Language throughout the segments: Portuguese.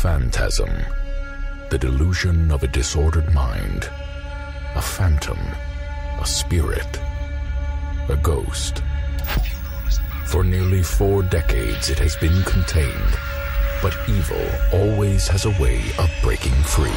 phantasm, the delusion of a disordered mind, a phantom, a spirit, a ghost. For nearly 4 decades it has been contained, but evil always has a way of breaking free.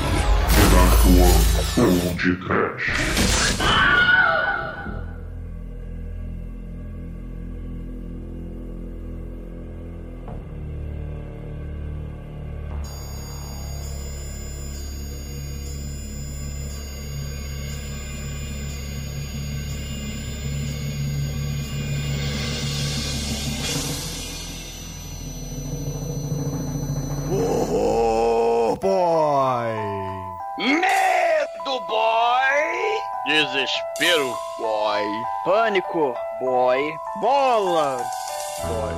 Desespero, boy. Pânico, boy. Bola, boy.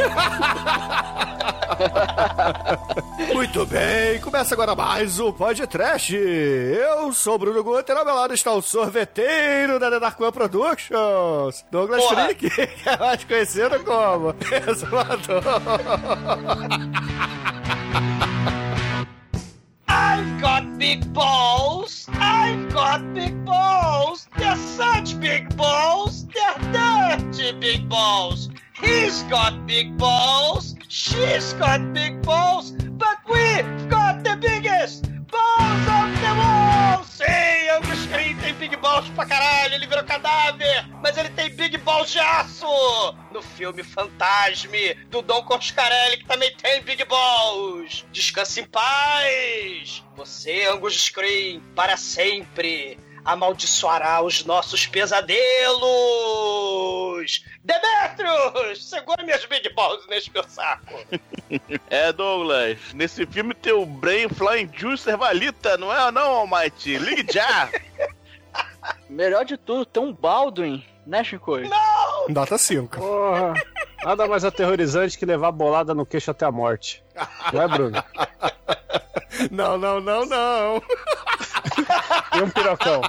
Muito bem, começa agora mais o Podcast. Eu sou o Bruno Guter, ao meu lado está o sorveteiro da The Dark One Productions, Douglas Freak, que é mais conhecido como Exumador. I've got big balls. I've got big balls. They're such big balls. They're dirty big balls. He's got big balls. She's got big balls. But we've got the biggest balls of them all. Sim, Angus Screen tem big balls pra caralho. Ele virou cadáver, mas ele tem big balls de aço. No filme Fantasme, do Don Coscarelli, que também tem big balls. Descanse em paz. Você, Angus Screen, para sempre amaldiçoará os nossos pesadelos. Demetrius, segura minhas big balls nesse meu saco. Douglas, nesse filme tem o Brain Flying Juicer Valita, não é não, Almighty? Ligue já! Melhor de tudo, tem um Baldwin, né, Chico? Não! Nota 5. Porra, nada mais aterrorizante que levar bolada no queixo até a morte. Não é, Bruno? Não. E um pirocão.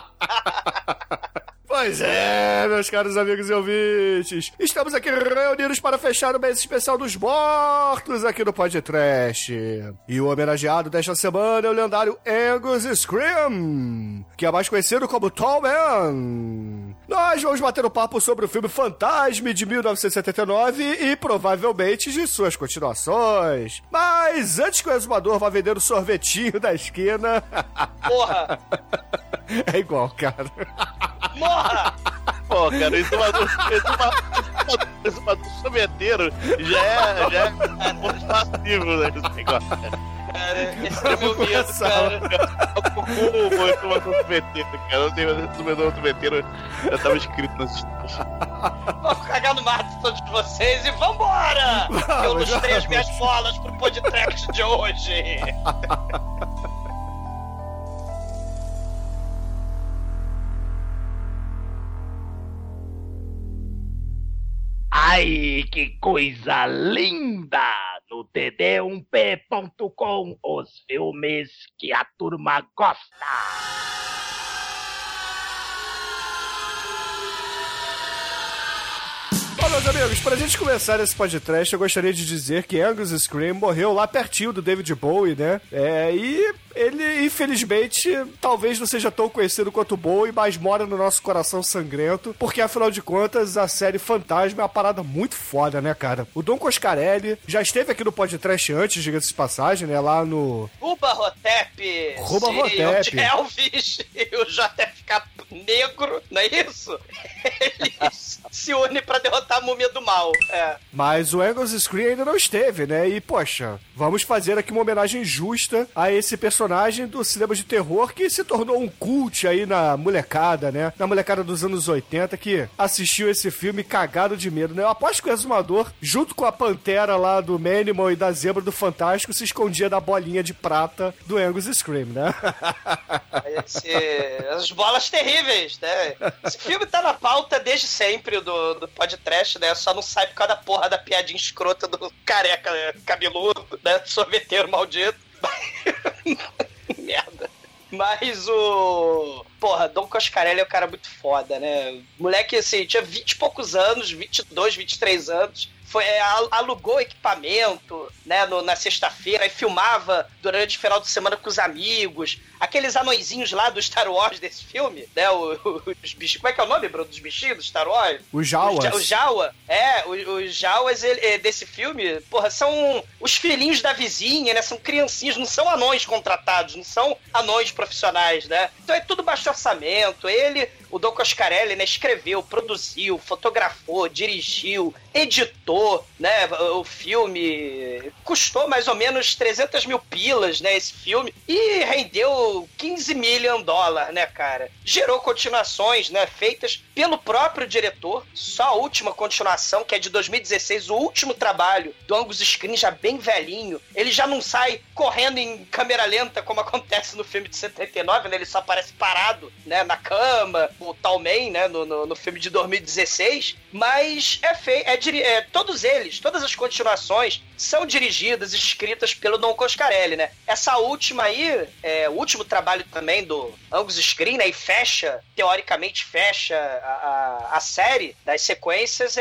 Pois é, meus caros amigos e ouvintes, estamos aqui reunidos para fechar o mês especial dos mortos aqui no Podcast. E o homenageado desta semana é o lendário Angus Scream, que é mais conhecido como Tall Man. Nós vamos bater um papo sobre o filme Fantasme de 1979 e provavelmente de suas continuações. Mas antes que o exumador vá vender o sorvetinho da esquina... Porra! É igual, cara. Morra! Pô, cara, exumador sorveteiro já é muito passivo, né? Esse negócio, cara. Cara, esse é meu medo, cara. O exumador sorveteiro, cara. Eu tenho exumador sorveteiro, já tava escrito nas histórias. Vamos cagar no mato de todos vocês e vambora! Eu lustrei as minhas bolas pro podcast de hoje. Ai, que coisa linda! No td1p.com, os filmes que a turma gosta. Bom, meus amigos, pra gente começar esse podcast, eu gostaria de dizer que Angus Scream morreu lá pertinho do David Bowie, né? E ele, infelizmente, talvez não seja tão conhecido quanto o Bowie, mas mora no nosso coração sangrento, porque, afinal de contas, a série Fantasma é uma parada muito foda, né, cara? O Don Coscarelli já esteve aqui no podcast antes, diga-se de passagem, né? Lá no... Ruba Hotep. Ruba Sim, Hotep. O Elvis e o JFK negro, não é isso? Eles se unem pra derrotar a múmia do mal. É. Mas o Angus Scream ainda não esteve, né? E, poxa, vamos fazer aqui uma homenagem justa a esse personagem do cinema de terror que se tornou um cult aí na molecada, né? Na molecada dos anos 80 que assistiu esse filme cagado de medo, né? Eu aposto que o exumador, junto com a pantera lá do Manimal e da zebra do Fantástico, se escondia da bolinha de prata do Angus Scream, né? As bolas terríveis, né? Esse filme tá na pauta desde sempre do podcast, né? Só não sai por causa da porra da piadinha escrota do careca, né? Cabeludo, né? Sorveteiro maldito. Merda. Mas o... Porra, Don Coscarelli é um cara muito foda, né? Moleque, assim, tinha 20 e poucos anos, 22, 23 anos. alugou equipamento, né, na sexta-feira, e filmava durante o final de semana com os amigos. Aqueles anõezinhos lá do Star Wars desse filme, né, os bichinhos, como é que é o nome, Bruno, dos bichinhos do Star Wars? Os Jawas. Os Jawas, os Jawas desse filme, porra, são os filhinhos da vizinha, né, são criancinhos, não são anões contratados, não são anões profissionais, né. Então é tudo baixo orçamento. O Don Coscarelli, né, escreveu, produziu, fotografou, dirigiu, editou, né, o filme. Custou mais ou menos 300 mil pilas, né, esse filme, e rendeu 15 milhões de dólares, né, cara. Gerou continuações, né, feitas pelo próprio diretor. Só a última continuação, que é de 2016, o último trabalho do Angus Scrimm, já bem velhinho. Ele já não sai correndo em câmera lenta, como acontece no filme de 79, né, ele só aparece parado, né, na cama, o Talman, né, no filme de 2016, mas todas as continuações são dirigidas, escritas pelo Don Coscarelli, né. Essa última aí, o último trabalho também do Angus Scrimm, né, e teoricamente fecha a série das sequências,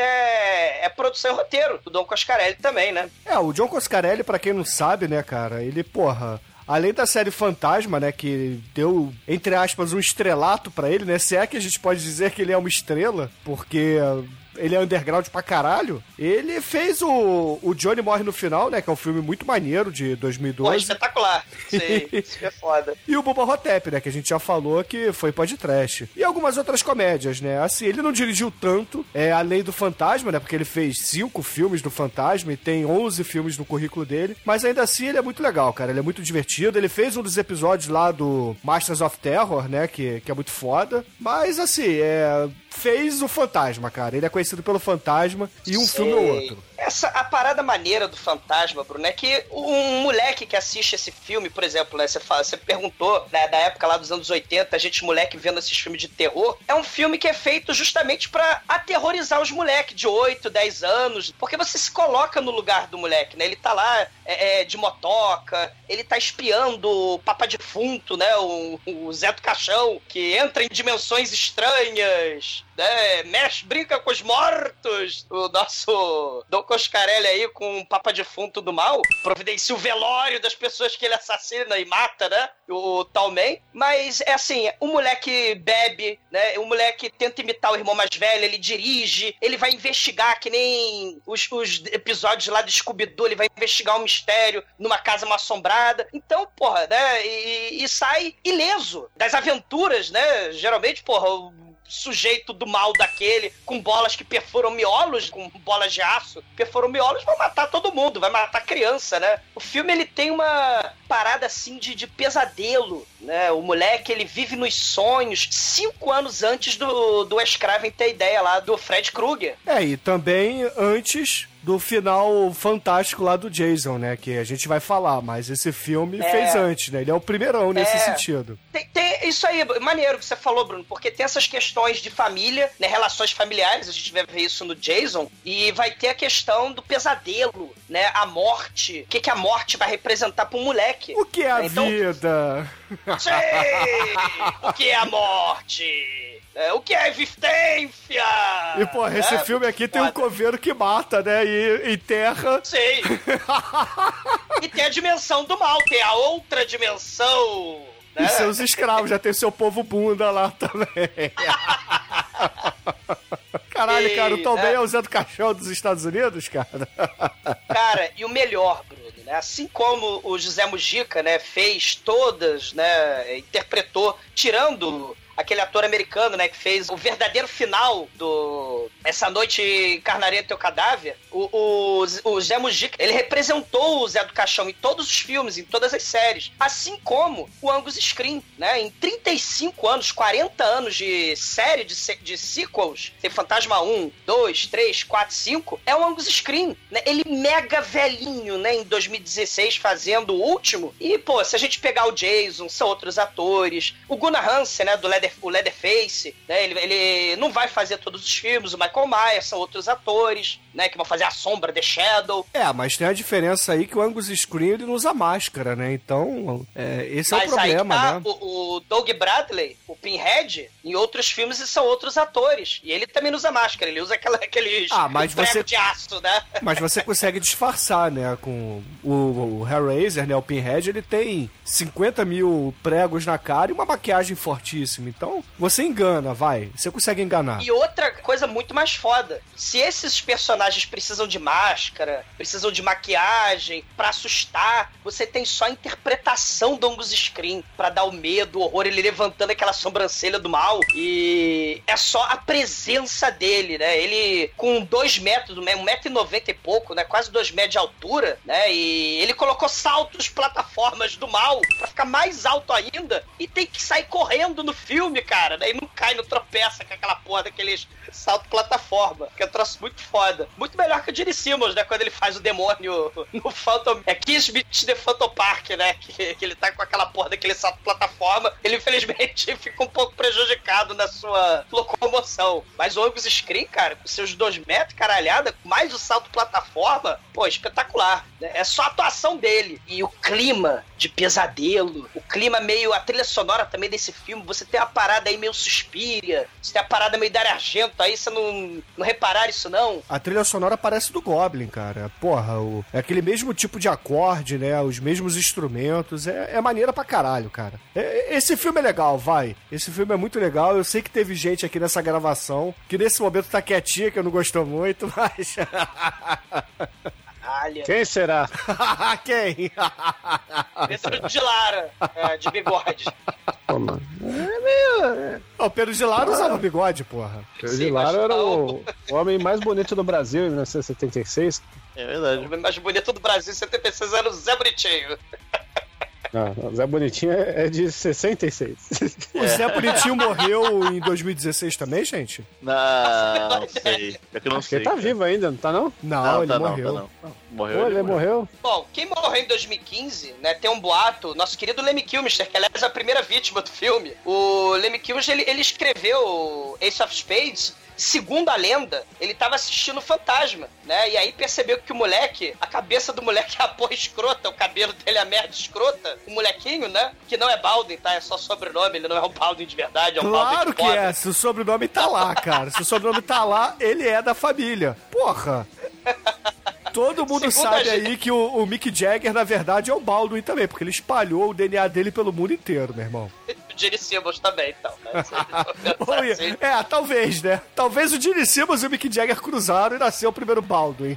é produção e roteiro do Don Coscarelli também, né. O John Coscarelli, pra quem não sabe, né, cara, ele, além da série Fantasma, né, que deu, entre aspas, um estrelato pra ele, né, se é que a gente pode dizer que ele é uma estrela, porque ele é underground pra caralho, ele fez o Johnny Morre no Final, né, que é um filme muito maneiro, de 2012. Espetacular. Sim, isso é foda. E o Bubba Hotep, né, que a gente já falou que foi podcast. E algumas outras comédias, né, assim, ele não dirigiu tanto, além do Fantasma, né, porque ele fez 5 filmes do Fantasma e tem 11 filmes no currículo dele, mas ainda assim ele é muito legal, cara, ele é muito divertido, ele fez um dos episódios lá do Masters of Terror, né, que é muito foda, mas assim, fez o Fantasma, cara, ele é conhecido pelo Fantasma e um filme ou outro. A parada maneira do Fantasma, Bruno, é que um moleque que assiste esse filme, por exemplo, né, você perguntou, né, da época lá dos anos 80, a gente moleque vendo esses filmes de terror, é um filme que é feito justamente pra aterrorizar os moleques de 8, 10 anos, porque você se coloca no lugar do moleque, né, ele tá lá de motoca, ele tá espiando o Papa Defunto, né, o Zé do Caixão, que entra em dimensões estranhas, né, brinca com os mortos, o nosso Don Coscarelli aí com o Papa Defunto do mal, providencia o velório das pessoas que ele assassina e mata, né, o Talman, mas é assim, o moleque bebe, né, o moleque tenta imitar o irmão mais velho, ele dirige, ele vai investigar, que nem os episódios lá do Scooby-Doo, ele vai investigar um mistério numa casa mal assombrada, então, porra, né, e sai ileso das aventuras, né, geralmente, porra, o sujeito do mal daquele, com bolas que perfuram miolos, com bolas de aço, perfuram miolos, vai matar todo mundo, vai matar criança, né? O filme, ele tem uma parada, assim, de pesadelo, né? O moleque, ele vive nos sonhos 5 anos antes do Wes Craven ter a ideia lá do Fred Krueger. E também antes do final fantástico lá do Jason, né? Que a gente vai falar, mas esse filme fez antes, né? Ele é o primeirão nesse sentido. Tem isso aí, maneiro que você falou, Bruno, porque tem essas questões de família, né? Relações familiares, a gente vai ver isso no Jason, e vai ter a questão do pesadelo, né? A morte, o que a morte vai representar pro moleque. O que é a vida? Sim! O que é a morte? O que é existência? E, porra, esse filme aqui tem um coveiro que mata, né? E enterra. Sim. E tem a dimensão do mal, tem a outra dimensão. Né? E seus escravos, já tem seu povo bunda lá também. Caralho, cara, o Talman é o Zé do Caixão dos Estados Unidos, cara. Cara, e o melhor, Bruno, né? Assim como o José Mujica, né, fez todas, né, interpretou, tirando aquele ator americano, né, que fez o verdadeiro final do Essa Noite Encarnarei Teu Cadáver, o Zé Mujica, ele representou o Zé do Caixão em todos os filmes, em todas as séries, assim como o Angus Scrimm, né, em 35 anos, 40 anos de série, de sequels, tem Fantasma 1, 2, 3, 4, 5, é o Angus Scrimm, né, ele mega velhinho, né, em 2016, fazendo o último, e, pô, se a gente pegar o Jason, são outros atores, o Gunnar Hansen, né, do Leatherface, Leatherface, né? Ele não vai fazer todos os filmes, o Michael Myers, são outros atores, né? Que vão fazer a Sombra, The Shadow. Mas tem a diferença aí que o Angus Screen, ele não usa máscara, né? Então, esse é o problema, aí, né? O Doug Bradley, o Pinhead, em outros filmes são outros atores. E ele também não usa máscara, ele usa aqueles pregos de aço, né? Mas você consegue disfarçar, né? Com o Hellraiser, né? O Pinhead, ele tem 50 mil pregos na cara e uma maquiagem fortíssima. Então, você engana, você consegue enganar. E outra coisa muito mais foda, se esses personagens precisam de máscara, precisam de maquiagem pra assustar, você tem só a interpretação do Angus Screen pra dar o medo, o horror, ele levantando aquela sobrancelha do mal, e é só a presença dele, né? Ele com 2 metros, 1,90m e pouco, né? Quase 2 metros de altura, né? E ele colocou saltos, plataformas do mal pra ficar mais alto ainda, e tem que sair correndo no filme, cara, né? E não cai, não tropeça com aquela porra daqueles salto plataforma, que é um troço muito foda. Muito melhor que o Gene Simmons, né? Quando ele faz o demônio no Phantom... Kiss Beach The Phantom Park, né? Que ele tá com aquela porra daquele salto plataforma. Ele, infelizmente, fica um pouco prejudicado na sua locomoção. Mas o Angus Screen, cara, com seus 2 metros, caralhada, mais o salto plataforma, pô, espetacular. Né? É só a atuação dele. E o clima de pesadelo, o clima meio... A trilha sonora também desse filme, você tem uma parada aí meio Suspiria, você tem a parada meio Dario Argento aí, você não repararam isso, não? A trilha sonora parece do Goblin, cara. Porra, é aquele mesmo tipo de acorde, né? Os mesmos instrumentos. É maneira pra caralho, cara. Esse filme é legal, Esse filme é muito legal. Eu sei que teve gente aqui nessa gravação que nesse momento tá quietinha, que eu não gostou muito, mas... Quem será? Quem? Pedro de Lara, de bigode. O Pedro de Lara usava bigode, porra. Pedro de Lara era o homem mais bonito do Brasil em 1976. É verdade. O homem mais bonito do Brasil em 76 era o Zé Bonitinho. Não, o Zé Bonitinho é de 66. O Zé Bonitinho morreu em 2016 também, gente? Não sei. É que eu não sei. Ele tá vivo ainda, não tá não? Não, ele morreu. Não. Morreu. Pô, ele morreu. Bom, quem morreu em 2015, né, tem um boato, nosso querido Lemmy Kilmister, que aliás é a primeira vítima do filme. O Lemmy Kilmister, ele escreveu Ace of Spades. Segundo a lenda, ele tava assistindo Fantasma, né? E aí percebeu que o moleque, a cabeça do moleque é a porra escrota, o cabelo dele é a merda escrota, o molequinho, né? Que não é Baldwin, tá? É só sobrenome, ele não é um Baldwin de verdade, é um Baldwin de Claro que é, se o sobrenome tá lá, cara. Se o sobrenome tá lá, ele é da família. Porra! Todo mundo sabe aí que o Mick Jagger, na verdade, é o Baldwin também, porque ele espalhou o DNA dele pelo mundo inteiro, meu irmão. O Gene Simmons também, então. Né? Talvez, né? Talvez o Gene Simmons e o Mick Jagger cruzaram e nasceu o primeiro Baldwin.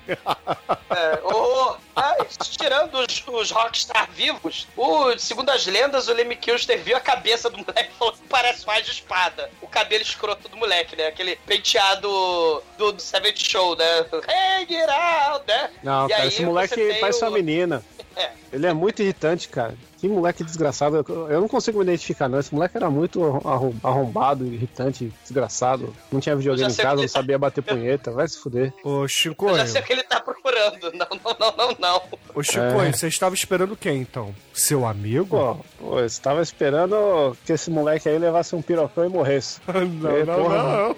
Tirando os rockstar vivos, segundo as lendas, o Lemmy Kilmister viu a cabeça do moleque e falou que parece mais de espada. O cabelo escroto do moleque, né? Aquele penteado do Seventh Show, né? Hey, get out, né? Não, cara, esse moleque parece uma menina. Ele é muito irritante, cara. Que moleque desgraçado. Eu não consigo me identificar, não. Esse moleque era muito arrombado, irritante, desgraçado. Não tinha videogame em casa, não sabia bater punheta. Vai se fuder. Ô, Chicoio. Eu já sei o que ele tá procurando. Não. Ô, Chicoio, você estava esperando quem, então? Seu amigo? Pô, eu estava esperando que esse moleque aí levasse um pirocão e morresse. Não.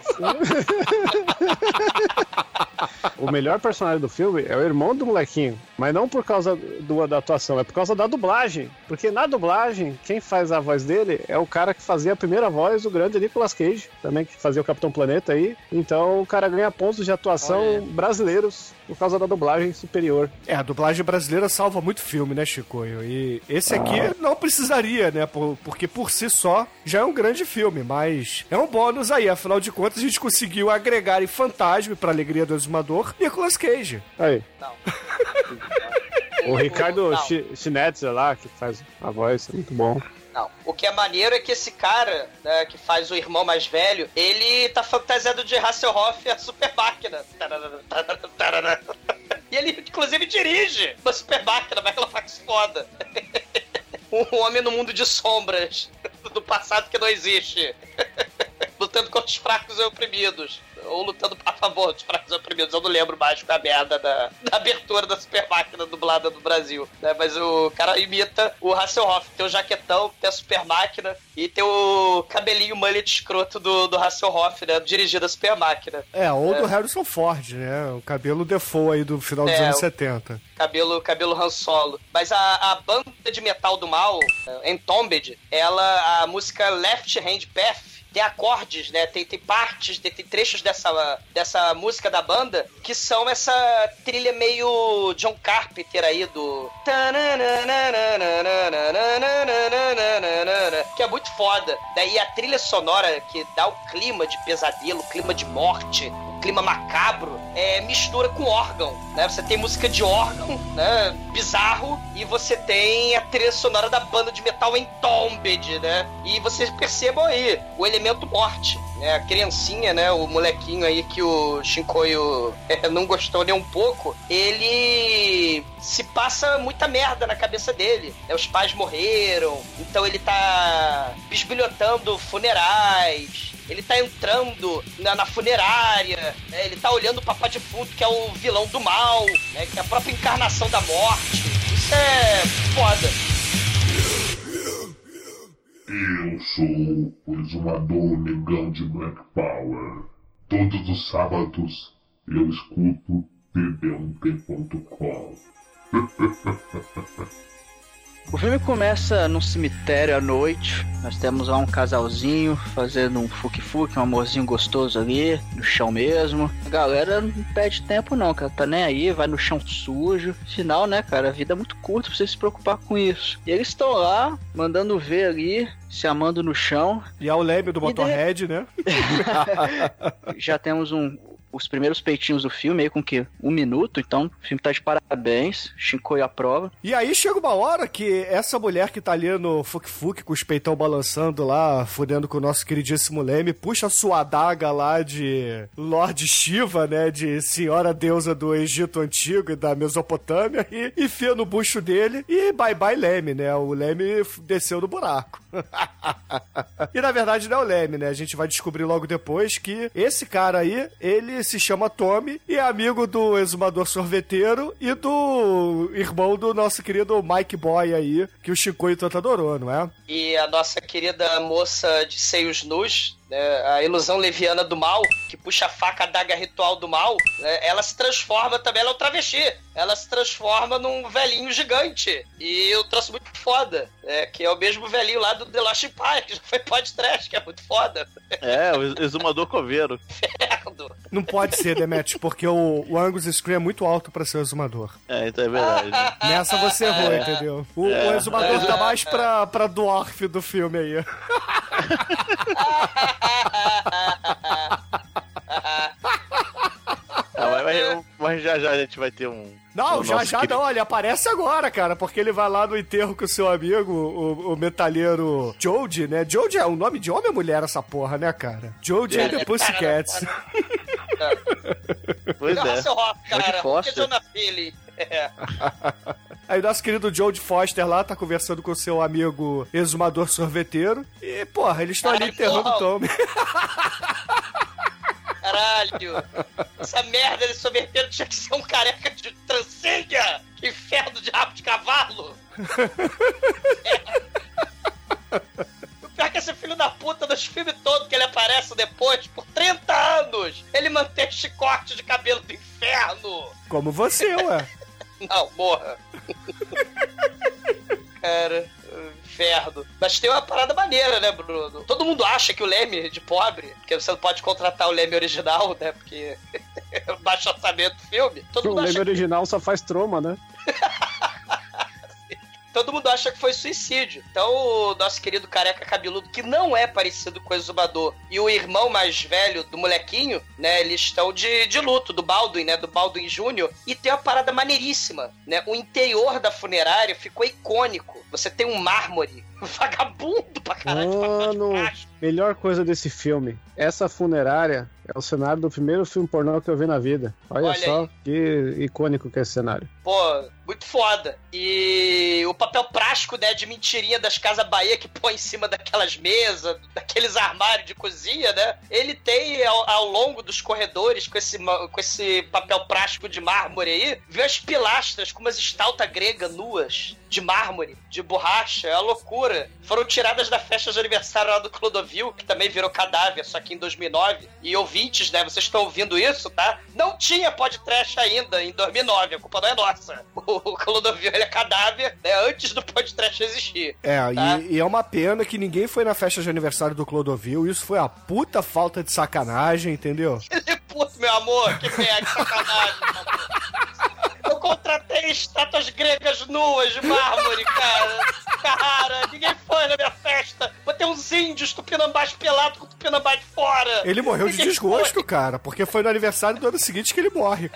O melhor personagem do filme é o irmão do molequinho, mas não por causa da atuação, é por causa da dublagem. Porque na dublagem, quem faz a voz dele é o cara que fazia a primeira voz, o grande Nicolas Cage, também que fazia o Capitão Planeta aí. Então o cara ganha pontos de atuação brasileiros por causa da dublagem superior. A dublagem brasileira salva muito filme, né, Chicoio? E esse aqui não precisaria, né? Porque por si só já é um grande filme, mas é um bônus aí. Afinal de contas, a gente conseguiu agregar em Fantasma, pra alegria do exumador, Nicolas Cage. Aí. O Ricardo Schnetzer lá, que faz a voz, é muito bom. Não. O que é maneiro é que esse cara, né, que faz o irmão mais velho, ele tá fantasiado de Hasselhoff, a super máquina. E ele, inclusive, dirige uma super máquina, mas ela faz foda. Um homem no mundo de sombras, do passado que não existe. Lutando contra os fracos e oprimidos. ou lutando a favor dos fracos oprimidos. Eu não lembro mais com a merda da abertura da Super Máquina dublada do Brasil, né? Mas o cara imita o Hasselhoff. Tem o jaquetão, tem a Super Máquina e tem o cabelinho mullet escroto do Hasselhoff, né? Dirigido a Super Máquina. Ou do Harrison Ford, né? O cabelo default aí do final dos anos 70. Cabelo Han Solo. Mas a banda de metal do mal, Entombed, a música Left Hand Path, tem acordes, né? Tem partes, tem trechos dessa música da banda que são essa trilha meio John Carpenter aí do... que é muito foda. Daí a trilha sonora que dá o clima de pesadelo, o clima de morte, o clima macabro, mistura com órgão, né? Você tem música de órgão, né? Bizarro, e você tem a trilha sonora da banda de metal Entombed, né? E vocês percebam aí o elemento morte, né? A criancinha, né? O molequinho aí que o Shinkoio não gostou nem um pouco, ele se passa muita merda na cabeça dele, né? Os pais morreram, então ele tá bisbilhotando funerais, ele tá entrando na funerária, né? Ele tá olhando o papá defunto, que é o vilão do mal, né? Que é a própria encarnação da morte. Isso é foda. Eu sou o exumador negão de Black Power. Todos os sábados eu escuto td1p.com. O filme começa num cemitério à noite. Nós temos lá um casalzinho fazendo um fuque-fuque, um amorzinho gostoso ali, no chão mesmo. A galera não perde tempo não, cara. Tá nem aí, vai no chão sujo. Afinal, né, cara, a vida é muito curta pra você se preocupar com isso. E eles estão lá, mandando ver ali, se amando no chão. E é o Leme do Motorhead, né? Já temos os primeiros peitinhos do filme, aí com que 1 minuto, então o filme tá de parabéns, Shinkoio aprova. E aí chega uma hora que essa mulher que tá ali no fuque-fuque, com os peitão balançando lá, fudendo com o nosso queridíssimo Leme, puxa a sua adaga lá de Lorde Shiva, né, de senhora deusa do Egito Antigo e da Mesopotâmia, e enfia no bucho dele, e bye bye Leme, né, o Leme desceu do buraco. E na verdade não é o Leme, né, a gente vai descobrir logo depois que esse cara aí, ele se chama Tommy e é amigo do exumador sorveteiro e do irmão do nosso querido Mike Boy aí, que o Shinkoio tanto adorou, não é? E a nossa querida moça de seios nus, né, a ilusão leviana do mal, que puxa a faca, a daga ritual do mal, né, ela se transforma também, ela é um travesti, ela se transforma num velhinho gigante, e eu trouxe muito foda, que é o mesmo velhinho lá do The Lost Empire, que já foi podcast, que é muito foda. O exumador coveiro. Não pode ser, Demet, porque o Angus Scree é muito alto pra ser o exumador. Então é verdade. Nessa você errou, entendeu? O exumador tá mais pra dwarf do filme aí. Mas já a gente vai ter um... Não, já não, ele aparece agora, cara, porque ele vai lá no enterro com o seu amigo, o metalheiro Jody, né? Jody é um nome de homem ou mulher essa porra, né, cara? Jody and the Pussycats. Pois é. Cara, Foster. Aí nosso querido Jodie Foster lá tá conversando com o seu amigo exumador sorveteiro e, porra, eles estão ali enterrando o Tommy. Caralho! Essa merda de sorveteiro tinha que ser um careca de trancinha! Que inferno de rabo de cavalo! O pior é que esse filho da puta dos filmes todos que ele aparece depois, por 30 anos, ele mantém chicote de cabelo do inferno! Como você, ué. Não, morra. Cara, inferno. Mas tem uma parada maneira, né, Bruno? Todo mundo acha que o Leme de pobre, porque você não pode contratar o Leme original, né, porque baixo orçamento do filme. O Leme original só faz troma, né? Todo mundo acha que foi suicídio. Então, o nosso querido careca cabeludo, que não é parecido com o exumador, e o irmão mais velho do molequinho, né, eles estão de luto, do Baldwin, né, do Baldwin Jr., e tem uma parada maneiríssima, né, o interior da funerária ficou icônico. Você tem um mármore vagabundo pra caralho. Mano, melhor coisa desse filme, essa funerária é o cenário do primeiro filme pornô que eu vi na vida. Olha só aí. Que icônico que é esse cenário. Pô, muito foda. E o papel prático plástico, né, de mentirinha das Casas Bahia que põe em cima daquelas mesas, daqueles armários de cozinha, né? Ele tem ao longo dos corredores com esse papel plástico de mármore aí, viu as pilastras com umas estaltas gregas nuas de mármore, de borracha, é uma loucura. Foram tiradas da festa de aniversário lá do Clodovil, que também virou cadáver, só que em 2009. E ouvintes, né, vocês estão ouvindo isso, tá? Não tinha podcast ainda em 2009, a culpa não é nossa. O Clodovil, ele é cadáver, né, antes do podcast existir. Tá? E é uma pena que ninguém foi na festa de aniversário do Clodovil, isso foi a puta falta de sacanagem, entendeu? Puto, meu amor, que pega de sacanagem, meu amor. Eu contratei estátuas gregas nuas de mármore, cara. Cara, ninguém foi na minha festa. Botei uns índios tupinambás pelados com tupinambás de fora. Ele morreu de desgosto, cara, porque foi no aniversário do ano seguinte que ele morre.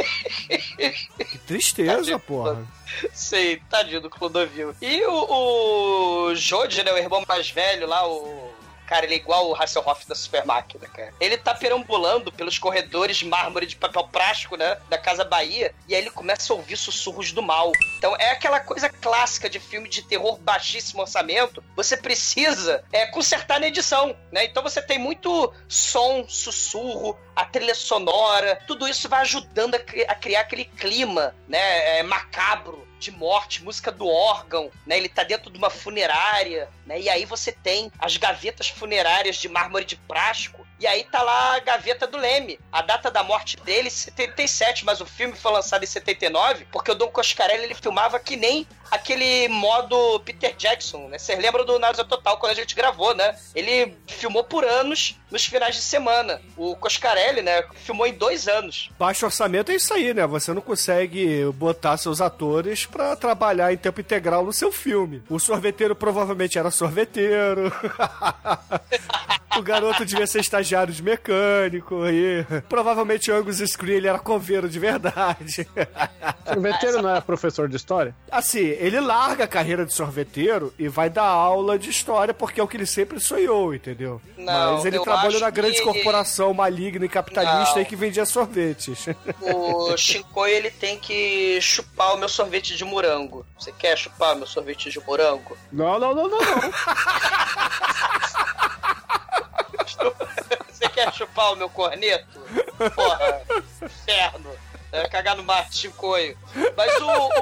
Que tristeza, tadinho, porra. Sei, tadinho do Clodovil. E o Jody, né, o irmão mais velho lá, Cara, ele é igual o Hasselhoff da Super Máquina, cara. Ele tá perambulando pelos corredores de mármore de papel plástico, né? Da Casa Bahia. E aí ele começa a ouvir sussurros do mal. Então é aquela coisa clássica de filme de terror baixíssimo orçamento. Você precisa consertar na edição, né? Então você tem muito som, sussurro, a trilha sonora. Tudo isso vai ajudando a criar aquele clima, né? Macabro. De morte, música do órgão, né? Ele tá dentro de uma funerária, né? E aí você tem as gavetas funerárias de mármore de plástico. E aí tá lá a gaveta do Leme. A data da morte dele, 77, mas o filme foi lançado em 79, porque o Don Coscarelli, ele filmava que nem aquele modo Peter Jackson, né? Vocês lembram do Náusea Total, quando a gente gravou, né? Ele filmou por anos, nos finais de semana. O Coscarelli, né? Filmou em 2 anos. Baixo orçamento é isso aí, né? Você não consegue botar seus atores pra trabalhar em tempo integral no seu filme. O sorveteiro provavelmente era sorveteiro. O garoto devia ser estagiário de mecânico. E provavelmente o Angus Screen, ele era coveiro de verdade. Sorveteiro não era professor de história? Assim, ele larga a carreira de sorveteiro e vai dar aula de história porque é o que ele sempre sonhou, entendeu? Não, mas ele trabalha na grande corporação maligna e capitalista aí que vendia sorvetes. O Shinkoi, ele tem que chupar o meu sorvete de morango. Você quer chupar o meu sorvete de morango? Não. Você quer chupar o meu corneto? Porra, inferno. Cagar no mato, Shinkoi. Mas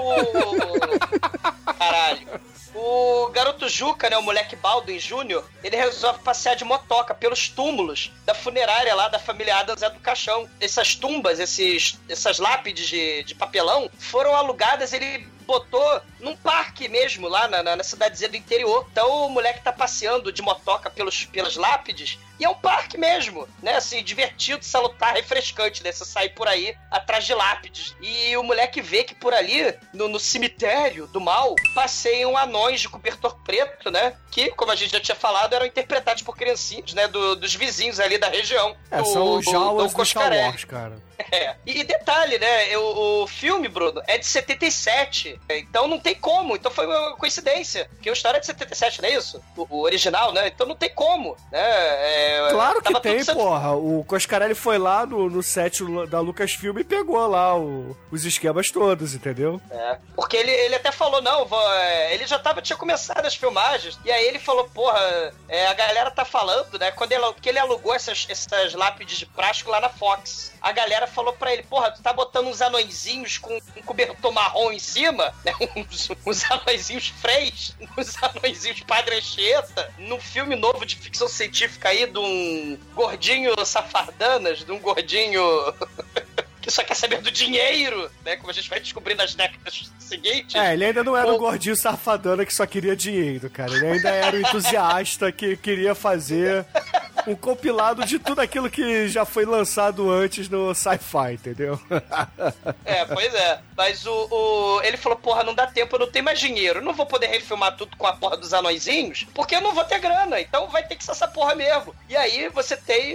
caralho. O garoto Juca, né, o moleque Baldwin Jr., ele resolve passear de motoca pelos túmulos da funerária lá da família Adams do Caixão. Essas tumbas, essas lápides de papelão foram alugadas, ele botou num parque mesmo, lá na cidadezinha do interior. Então o moleque tá passeando de motoca pelas lápides, e é um parque mesmo, né, assim, divertido, salutar, refrescante, né, você sair por aí atrás de lápides. E o moleque vê que por ali, no cemitério do mal, passeiam anões de cobertor preto, né, que, como a gente já tinha falado, eram interpretados por criancinhas, né, dos vizinhos ali da região. São os Jawas do Star Wars, cara. E detalhe, né, o filme, Bruno, é de 77, então não tem como, então foi uma coincidência, porque o história é de 77, não é isso? O original, né, então não tem como, né. Claro que tem, porra. O Coscarelli foi lá no set da Lucasfilm e pegou lá os esquemas todos, entendeu? Porque ele até falou, não, ele já tinha começado as filmagens, e aí ele falou, porra, a galera tá falando, né, que ele alugou essas lápides de plástico lá na Fox. A galera falou pra ele, porra, tu tá botando uns anõezinhos com um cobertor marrom em cima, né, uns anõezinhos freis, uns anõezinhos Padre Anchieta, num filme novo de ficção científica aí, de um gordinho safardanas, de um gordinho que só quer saber do dinheiro, né, como a gente vai descobrir nas décadas seguintes. Ele ainda não era um gordinho safadana que só queria dinheiro, cara. Ele ainda era um entusiasta que queria fazer um compilado de tudo aquilo que já foi lançado antes no Sci-Fi, entendeu? Pois é. Mas ele falou, porra, não dá tempo, eu não tenho mais dinheiro. Eu não vou poder refilmar tudo com a porra dos anõezinhos, porque eu não vou ter grana. Então vai ter que ser essa porra mesmo. E aí você tem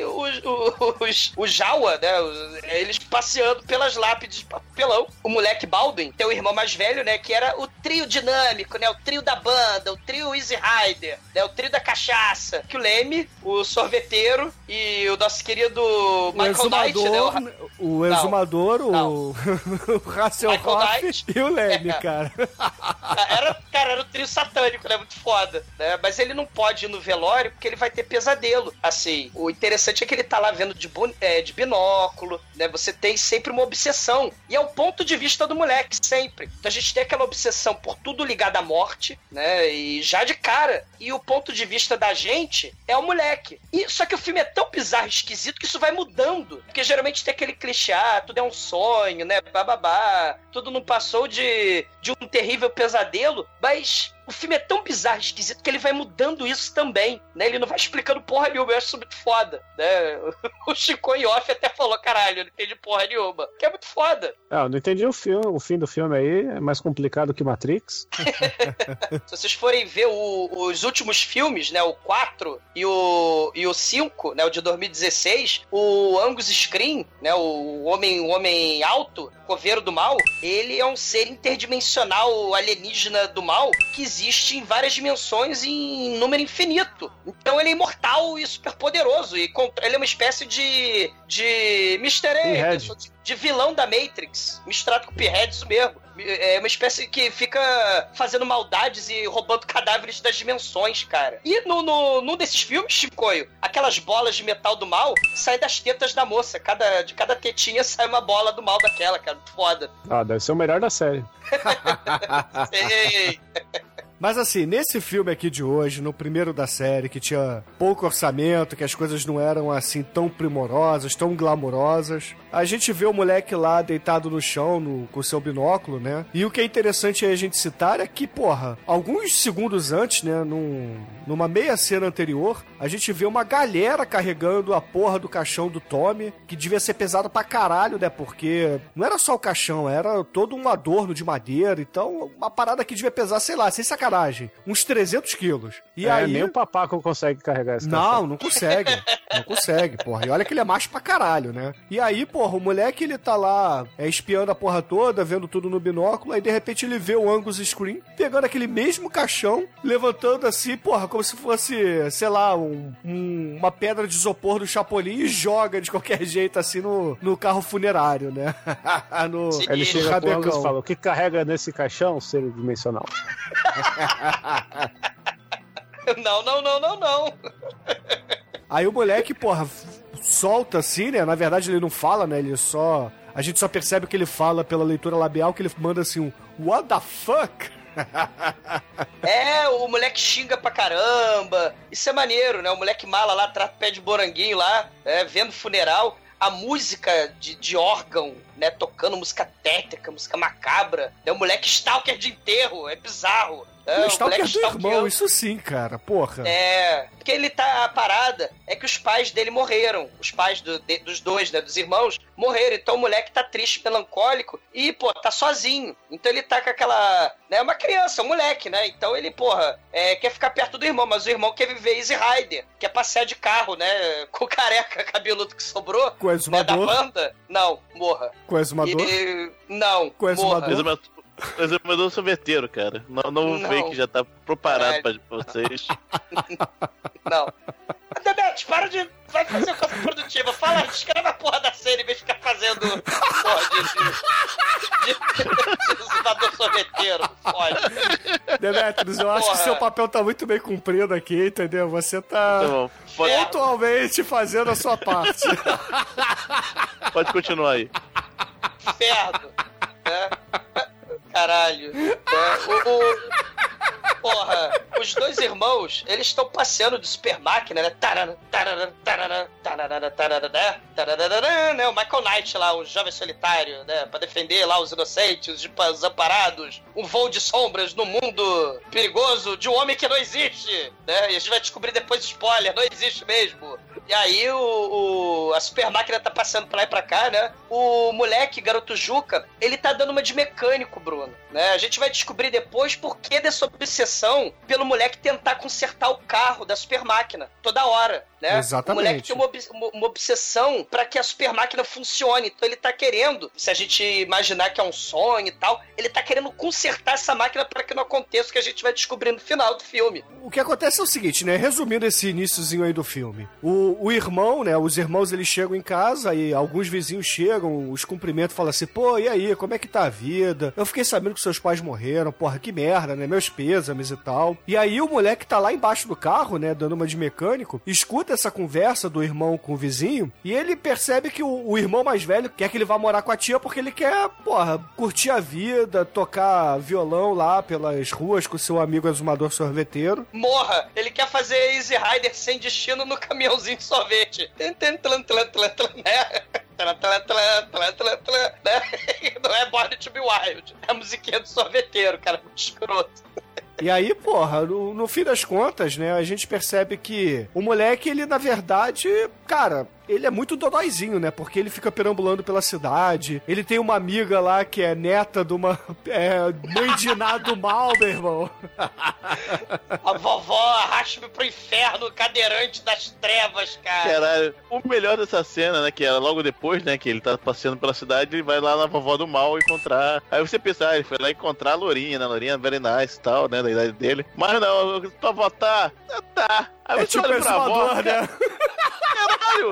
os Jawa, né? Eles passeando pelas lápides de papelão. O moleque Baldwin tem o irmão mais velho, né? Que era o trio dinâmico, né? O trio da banda, o trio Easy Rider, né? O trio da cachaça. Que o Leme, o sorveteiro e o nosso querido Michael Knight, né? O exumador, o Hasselhoff e o Leme, cara. Era o trio meio satânico, né? Muito foda, né? Mas ele não pode ir no velório porque ele vai ter pesadelo. Assim, o interessante é que ele tá lá vendo de binóculo, né? Você tem sempre uma obsessão. E é o ponto de vista do moleque, sempre. Então a gente tem aquela obsessão por tudo ligado à morte, né? E já de cara. E o ponto de vista da gente é o moleque. E, só que o filme é tão bizarro e esquisito que isso vai mudando. Porque geralmente tem aquele clichê, tudo é um sonho, né? Bababá. Tudo não passou de um terrível pesadelo. Mas o filme é tão bizarro e esquisito que ele vai mudando isso também, né? Ele não vai explicando porra nenhuma, eu acho isso muito foda, né? O Chico em off até falou, caralho, eu não entendi porra nenhuma, que é muito foda. Eu não entendi o fim do filme aí, é mais complicado que Matrix. Se vocês forem ver os últimos filmes, né, o 4 e o 5, né, o de 2016, o Angus Screen, né, o homem alto, coveiro do mal, ele é um ser interdimensional alienígena do mal que existe em várias dimensões em número infinito. Então ele é imortal e super poderoso. E ele é uma espécie de Mr. A, de vilão da Matrix. Misturado com o Pinhead, isso mesmo. É uma espécie que fica fazendo maldades e roubando cadáveres das dimensões, cara. E num desses filmes, Chicoio, aquelas bolas de metal do mal saem das tetas da moça. De cada tetinha sai uma bola do mal daquela, cara. Foda. Deve ser o melhor da série. Sei. Mas assim, nesse filme aqui de hoje, no primeiro da série, que tinha pouco orçamento, que as coisas não eram assim tão primorosas, tão glamourosas, a gente vê o moleque lá deitado no chão com seu binóculo, né? E o que é interessante a gente citar é que, porra, alguns segundos antes, né, numa meia cena anterior, a gente vê uma galera carregando a porra do caixão do Tommy, que devia ser pesado pra caralho, né? Porque não era só o caixão, era todo um adorno de madeira, então uma parada que devia pesar, sei lá, sem sacanagem, uns 300 quilos. E aí... nem o papaco consegue carregar esse caixão. Não consegue. Não consegue, porra. E olha que ele é macho pra caralho, né? E aí, porra, o moleque, ele tá lá espiando a porra toda, vendo tudo no binóculo, aí de repente ele vê o Angus Screen pegando aquele mesmo caixão, levantando assim, porra, como se fosse, sei lá, uma pedra de isopor do Chapolin e joga de qualquer jeito assim no carro funerário, né? Ele chega pro Angus e fala, o que carrega nesse caixão, ser dimensional? Não. Aí o moleque, porra, solta assim, né? Na verdade ele não fala, né? A gente só percebe que ele fala pela leitura labial, que ele manda assim um what the fuck? O moleque xinga pra caramba. Isso é maneiro, né? O moleque mala lá, trata pé de moranguinho lá, vendo funeral. A música de órgão, né? Tocando música tétrica, música macabra. Né? O moleque stalker de enterro, é bizarro. O stalker do irmão, isso sim, cara, porra. Porque ele tá... A parada é que os pais dele morreram. Os pais dos dois, né, dos irmãos, morreram. Então o moleque tá triste, melancólico e, tá sozinho. Então ele tá com aquela... né, uma criança, um moleque, né? Então ele, quer ficar perto do irmão, mas o irmão quer viver Easy Rider, quer passear de carro, né? Com o careca cabeludo que sobrou. Com o exumador. Né, da banda. Não, morra. Com o exumador? Não, com o exumador. Mas eu mandou sorveteiro, cara. Não fake, já tá preparado pra vocês. Não. Demetrius, para de... Vai fazer coisa produtiva. Fala, escreve a porra da série em vez de ficar fazendo porra de exumador sorveteiro. Pode. Demetrius, eu acho que seu papel tá muito bem cumprido aqui, entendeu? Você tá pontualmente fazendo a sua parte. Pode continuar aí. Inferno. Caralho. Os dois irmãos, eles estão passeando de super máquina, né? Né? O Michael Knight lá, o jovem solitário, né? Pra defender lá os inocentes, os desamparados. Um voo de sombras no mundo perigoso de um homem que não existe, né? E a gente vai descobrir depois, spoiler, não existe mesmo. E aí a super máquina tá passando pra lá e pra cá, né? O moleque, garoto Juca, ele tá dando uma de mecânico, Bruno, né? A gente vai descobrir depois por que dessa obsessão pelo pelo moleque tentar consertar o carro da super máquina toda hora, né? Exatamente. O moleque tem uma obsessão pra que a super máquina funcione. Então ele tá querendo, se a gente imaginar que é um sonho e tal, ele tá querendo consertar essa máquina pra que não aconteça o que a gente vai descobrir no final do filme. O que acontece é o seguinte, né? Resumindo esse iniciozinho aí do filme. O irmão, né? Os irmãos, eles chegam em casa e alguns vizinhos chegam, os cumprimentam e falam assim, pô, e aí, como é que tá a vida? Eu fiquei sabendo que seus pais morreram, porra, que merda, né? Meus pêsames e tal. E aí o moleque tá lá embaixo do carro, né? Dando uma de mecânico, escuta essa conversa do irmão com o vizinho e ele percebe que o irmão mais velho quer que ele vá morar com a tia porque ele quer, porra, curtir a vida, tocar violão lá pelas ruas com seu amigo exumador sorveteiro. Morra! Ele quer fazer Easy Rider sem destino no caminhãozinho de sorvete. Não é Born to be Wild. É a musiquinha do sorveteiro, cara. Muito escroto. E aí, porra, no fim das contas, né, a gente percebe que o moleque, ele, na verdade, cara, ele é muito dodóizinho, né, porque ele fica perambulando pela cidade, ele tem uma amiga lá que é neta de uma mãe de nada mal, meu irmão. A vovó arrasta-me pro inferno, cadeirante das trevas, cara. Caralho, o melhor dessa cena, né, que é logo depois, né, que ele tá passeando pela cidade, ele vai lá na vovó do mal encontrar, aí você pensa, ele foi lá encontrar a Lourinha, né, a Lourinha very nice e tal, né, da idade dele, mas não, tua avó tá. Aí você tipo olha pra avó, né? Caralho!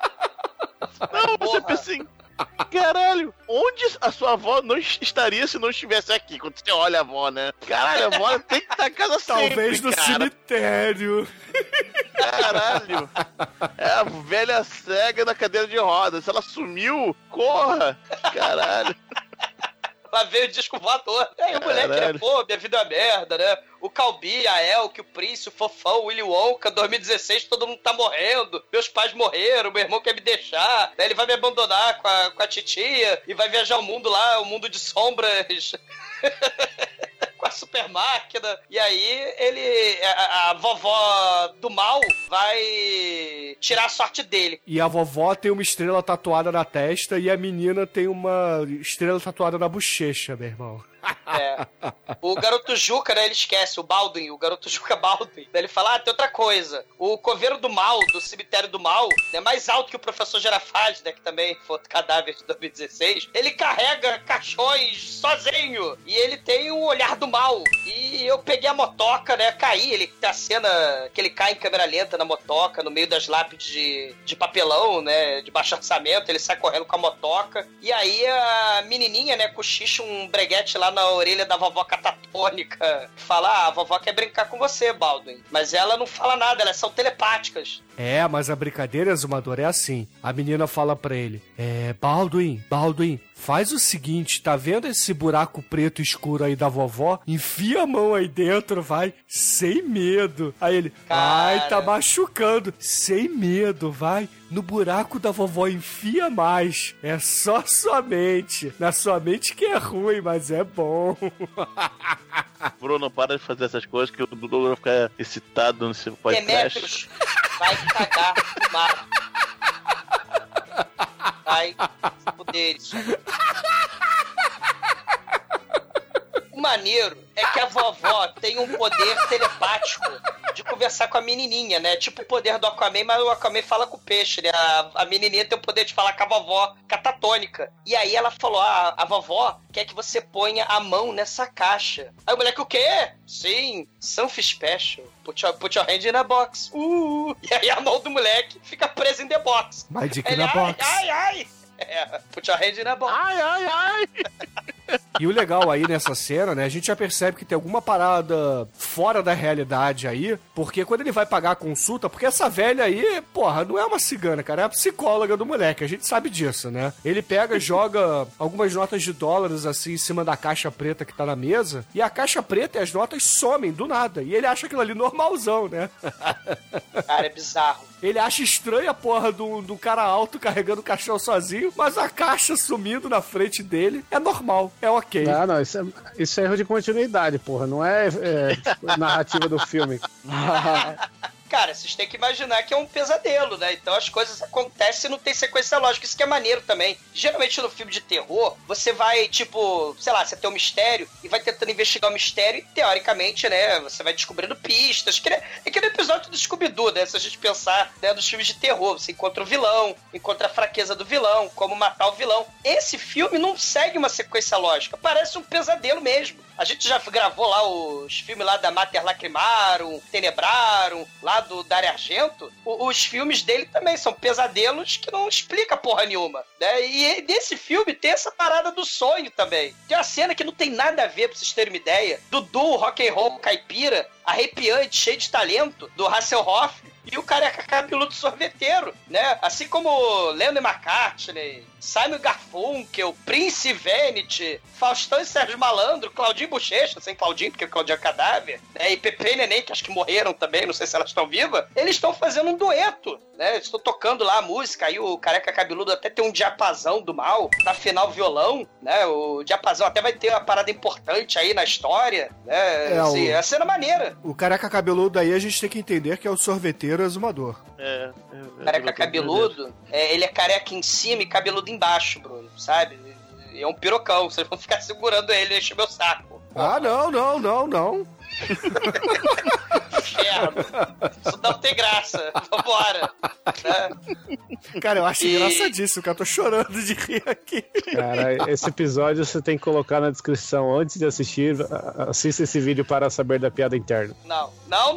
Não, você pensa assim, caralho, onde a sua avó não estaria se não estivesse aqui? Quando você olha a avó, né? Caralho, a avó tem que estar em casa sempre, talvez no cara. Cemitério. Caralho. É a velha cega na cadeira de rodas. Se ela sumiu, corra. Caralho. Lá veio o disco voador. Aí o moleque, né? Pô, minha vida é uma merda, né? O Calbi, a Elke, o Prince, o Fofão, o Willy Wonka, 2016, todo mundo tá morrendo. Meus pais morreram, meu irmão quer me deixar. Aí ele vai me abandonar com a titia e vai viajar o mundo lá, o mundo de sombras. Com a super máquina. E aí a vovó do mal vai tirar a sorte dele. E a vovó tem uma estrela tatuada na testa e a menina tem uma estrela tatuada na bochecha, meu irmão. É. O garoto Juca, né, ele esquece, o Baldwin, o garoto Juca Baldwin. Daí ele fala, tem outra coisa. O coveiro do mal, do cemitério do mal, é mais alto que o professor Girafales, né, que também foi outro cadáver de 2016. Ele carrega caixões sozinho. E ele tem o olhar do mal. E eu peguei a motoca, né, caí. Ele tem a cena que ele cai em câmera lenta na motoca, no meio das lápides de papelão, né, de baixo orçamento. Ele sai correndo com a motoca. E aí a menininha, né, cochicha um breguete lá na orelha da vovó catatônica, fala, a vovó quer brincar com você, Baldwin. Mas ela não fala nada, elas são telepáticas. É, mas a brincadeira, exumador, é assim. A menina fala pra ele, Baldwin, faz o seguinte, tá vendo esse buraco preto escuro aí da vovó? Enfia a mão aí dentro, vai, sem medo. Aí ele, ai, tá machucando. Sem medo, vai. No buraco da vovó enfia mais. É só sua mente. Na sua mente que é ruim, mas é bom. Bruno, para de fazer essas coisas que o Dudu vai ficar excitado no seu podcast. Demetrius, vai cagar no mar. Vai se fuder isso. O maneiro é que a vovó tem um poder telepático de conversar com a menininha, né? Tipo o poder do Aquaman, mas o Aquaman fala com o peixe, né? A menininha tem o poder de falar com a vovó catatônica. E aí ela falou, a vovó quer que você ponha a mão nessa caixa. Aí o moleque, o quê? Sim, something special. Put your hand in a box. E aí a mão do moleque fica presa em the box. Magic na box. Ai. Put your hand in a box. Ai. E o legal aí nessa cena, né, a gente já percebe que tem alguma parada fora da realidade aí, porque quando ele vai pagar a consulta, porque essa velha aí, porra, não é uma cigana, cara, é a psicóloga do moleque, a gente sabe disso, né? Ele pega e joga algumas notas de dólares assim em cima da caixa preta que tá na mesa, e a caixa preta e as notas somem do nada, e ele acha aquilo ali normalzão, né? Cara, é bizarro. Ele acha estranho a porra do cara alto carregando o caixão sozinho, mas a caixa sumindo na frente dele é normal, é ok. Não, isso é erro de continuidade, porra, não é narrativa do filme. Cara, cara, vocês têm que imaginar que é um pesadelo, né? Então as coisas acontecem e não tem sequência lógica. Isso que é maneiro também. Geralmente no filme de terror, você vai, tipo, sei lá, você tem um mistério e vai tentando investigar o mistério e, teoricamente, né, você vai descobrindo pistas. É que no episódio do Scooby-Doo, né? Se a gente pensar, né, nos filmes de terror, você encontra o vilão, encontra a fraqueza do vilão, como matar o vilão. Esse filme não segue uma sequência lógica. Parece um pesadelo mesmo. A gente já gravou lá os filmes lá da Mater Lacrimarum, Tenebrarum, lá do Dario Argento. Os filmes dele também são pesadelos que não explica porra nenhuma, né? E nesse filme tem essa parada do sonho também. Tem uma cena que não tem nada a ver, pra vocês terem uma ideia. Dudu, rock and roll, caipira, arrepiante, cheio de talento, do Hasselhoff, e o careca cabeludo sorveteiro, né? Assim como Lennon McCartney, Simon Garfunkel, Prince Vanity, Faustão e Sérgio Malandro, Claudinho Bochecha, sem Claudinho, porque o Claudinho é cadáver, né? E Pepe e Neném, que acho que morreram também, não sei se elas estão vivas, eles estão fazendo um dueto, né? Eles estão tocando lá a música, aí o careca cabeludo até tem um diapasão do mal, na final violão, né? O diapasão até vai ter uma parada importante aí na história, né? Assim, é a cena maneira. O careca cabeludo aí a gente tem que entender que é o sorveteiro exumador. Careca cabeludo, ele é careca em cima e cabeludo embaixo, Bruno, sabe? É um pirocão, vocês vão ficar segurando ele e encher meu saco. Ah, não. Inferno. Isso não tem graça. Vambora. Né? Cara, eu acho engraçadíssimo, cara. Eu tô chorando de rir aqui. Cara, esse episódio você tem que colocar na descrição antes de assistir. Assista esse vídeo para saber da piada interna. Não.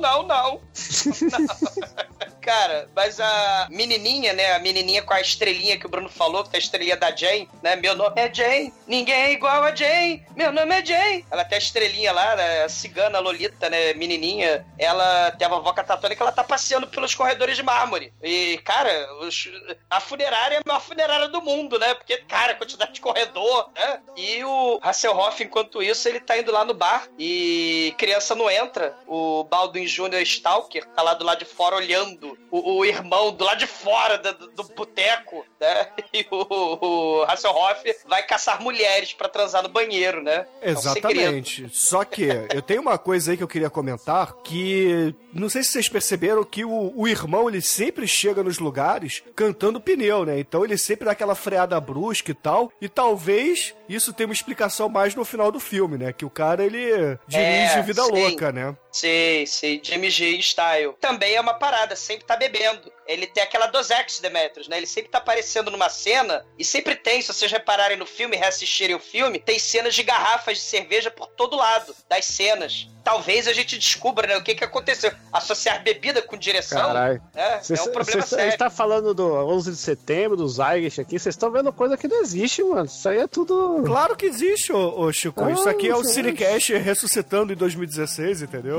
Cara, mas a menininha, né? A menininha com a estrelinha que o Bruno falou, que tem a estrelinha da Jane, né? Meu nome é Jane, ninguém é igual a Jane, meu nome é Jane. Ela tem a estrelinha lá, né? A cigana Lolita, né? Menininha. Ela tem a vovó catatônica, ela tá passeando pelos corredores de mármore. E, cara, a funerária é a maior funerária do mundo, né? Porque, cara, a quantidade de corredor, né? E o Hasselhoff, enquanto isso, ele tá indo lá no bar e criança não entra. O Baldwin Jr. Stalker tá lá do lado de fora olhando o irmão do lado de fora do boteco, né? E o Hasselhoff vai caçar mulheres pra transar no banheiro, né? Exatamente. Só que eu tenho uma coisa aí que eu queria comentar, que não sei se vocês perceberam que o irmão, ele sempre chega nos lugares cantando pneu, né? Então ele sempre dá aquela freada brusca e tal, e talvez isso tenha uma explicação mais no final do filme, né? Que o cara, ele dirige vida louca, né? Sim, Jimmy G style. Também é uma parada, sempre tá bebendo. Ele tem aquela Dosex, Demetrius, né? Ele sempre tá aparecendo numa cena, e sempre tem, se vocês repararem no filme, reassistirem o filme, tem cenas de garrafas de cerveja por todo lado das cenas. Talvez a gente descubra, né, o que aconteceu. Associar bebida com direção, caralho, é um problema sério. A gente tá falando do 11 de setembro, do Zygesh aqui, vocês estão vendo coisa que não existe, mano. Isso aí é tudo... Claro que existe, ô Chico. Isso aqui é o Cinecast ressuscitando em 2016, entendeu?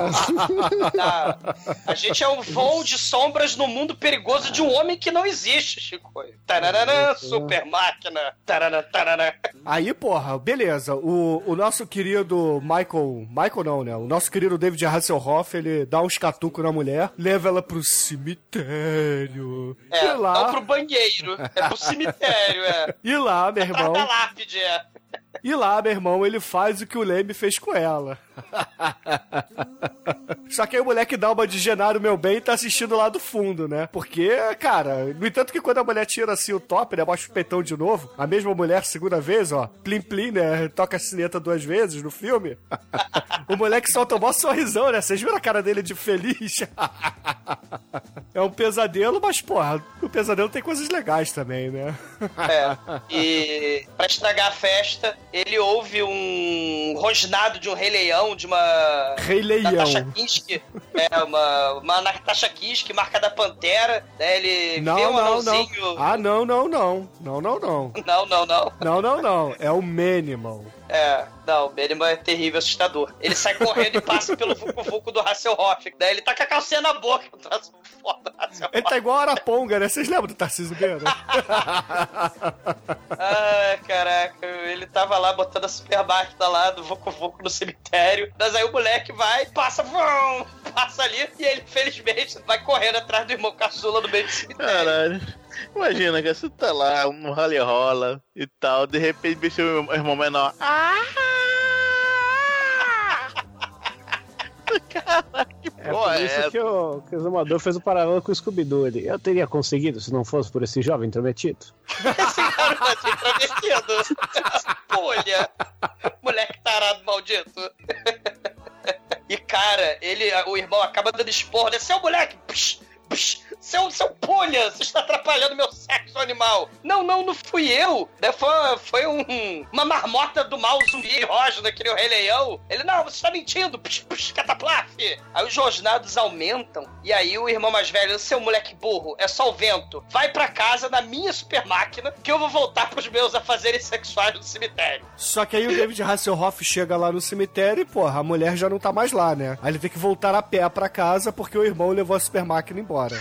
A gente é um voo de sombras no mundo perigoso de um homem que não existe, Chico. Tararana, super máquina. Tararana. Aí, porra, beleza. O nosso querido Michael não, né? O nosso querido David Hasselhoff, ele dá uns catucos na mulher, leva ela pro cemitério. Não pro banheiro. É pro cemitério, E lá, meu irmão... Atrás da lápide, E lá, meu irmão, ele faz o que o Leme fez com ela. Só que aí o moleque dá uma de Genaro, meu bem, e tá assistindo lá do fundo, né? Porque, cara, no entanto que quando a mulher tira assim o top, né? Mostra o peitão de novo. A mesma mulher, segunda vez, ó. Plim, plim, né? Toca a sineta 2 vezes no filme. O moleque solta um maior sorrisão, né? Vocês viram a cara dele de feliz? É um pesadelo, mas, porra, o pesadelo tem coisas legais também, né? E pra estragar a festa, ele ouve um rosnado de um Rei Leão, de uma... Rei Leão. Natasha Kinski. Uma Natasha Kinski, marca da Pantera, né? Ele vê um anãozinho... Não. Não. É o Manimal. O Manimal é terrível, assustador. Ele sai correndo e passa pelo vucu-vucu do Hasselhoff. Daí ele tá com a calcinha na boca. Eu traço foda do Hasselhoff. Ele tá igual a Araponga, né? Vocês lembram do Tarcísio Meira? Caraca. Ele tava lá botando a super máquina lá do vucu-vucu no cemitério. Mas aí o moleque vai, passa ali. E ele, felizmente, vai correndo atrás do irmão caçula no meio do cemitério. Caralho. Imagina, cara, você tá lá, no rally rola e tal, de repente vê seu irmão menor. Caralho. É por isso que o Exumador fez o paralelo com o Scooby-Doo. Eu teria conseguido se não fosse por esse jovem intrometido. Esse garoto intrometido. Olha, moleque tarado maldito. E, cara, o irmão acaba dando esporro, né? Seu moleque, psh, psh, seu pulha, você está atrapalhando meu sexo animal. Não fui eu, né? Foi uma marmota do mal zumbi rojo, né? Que nem o Rei Leão. Ele, não, você está mentindo, psh, psh, cataplaf. Aí os rosnados aumentam, e aí o irmão mais velho, seu moleque burro, é só o vento. Vai pra casa na minha super máquina, que eu vou voltar pros meus afazeres sexuais no cemitério. Só que aí o David Hasselhoff chega lá no cemitério e, porra, a mulher já não tá mais lá, né? Aí ele tem que voltar a pé pra casa porque o irmão levou a super máquina embora.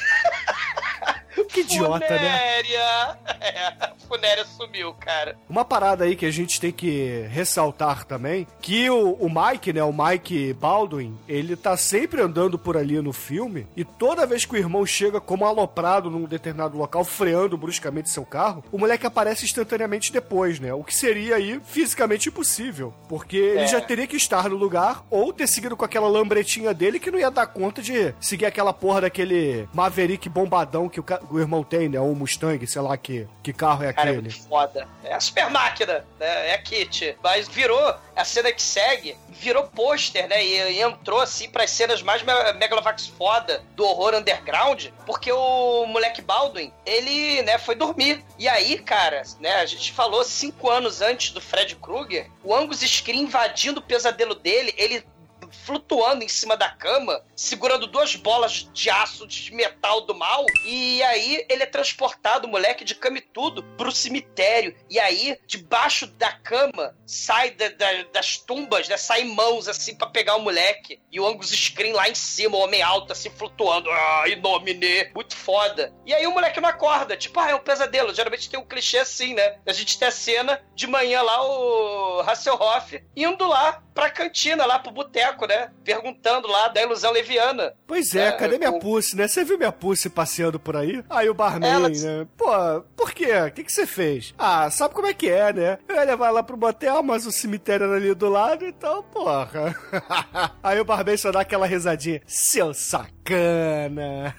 Que idiota, Funéria. né? A Funéria sumiu, cara. Uma parada aí que a gente tem que ressaltar também, que o Mike, né, o Mike Baldwin, ele tá sempre andando por ali no filme, e toda vez que o irmão chega como aloprado num determinado local, freando bruscamente seu carro, o moleque aparece instantaneamente depois, né? O que seria aí fisicamente impossível, porque ele já teria que estar no lugar, ou ter seguido com aquela lambretinha dele que não ia dar conta de seguir aquela porra daquele Maverick bombadão que o irmão tem, né? Ou Mustang, sei lá que carro é aquele. Cara, é muito foda. É a super máquina, né? É a Kit. Mas virou, a cena que segue, virou pôster, né? E entrou, assim, pras cenas mais megalovax foda do horror underground, porque o moleque Baldwin, ele, né, foi dormir. E aí, cara, né, a gente falou 5 anos antes do Fred Krueger, o Angus Scrimm invadindo o pesadelo dele, ele flutuando em cima da cama, segurando 2 bolas de aço de metal do mal, e aí ele é transportado, moleque, de cama e tudo, pro cemitério, e aí, debaixo da cama, sai das tumbas, né, saem mãos, assim, pra pegar o moleque, e o Angus Scrimm lá em cima, o homem alto, assim, flutuando, inomine, muito foda. E aí o moleque não acorda, tipo, é um pesadelo, geralmente tem um clichê assim, né, a gente tem a cena, de manhã lá, o Hasselhoff indo lá pra cantina, lá pro boteco, né? Perguntando lá da ilusão leviana. Pois é, cadê minha Pussy, né? Você viu minha Pussy passeando por aí? Aí o barman, né? Pô, por quê? O que você fez? Ah, sabe como é que é, né? Eu ia levar lá pro motel, mas o cemitério era ali do lado, então, porra. Aí o barman só dá aquela risadinha. Seu sacana.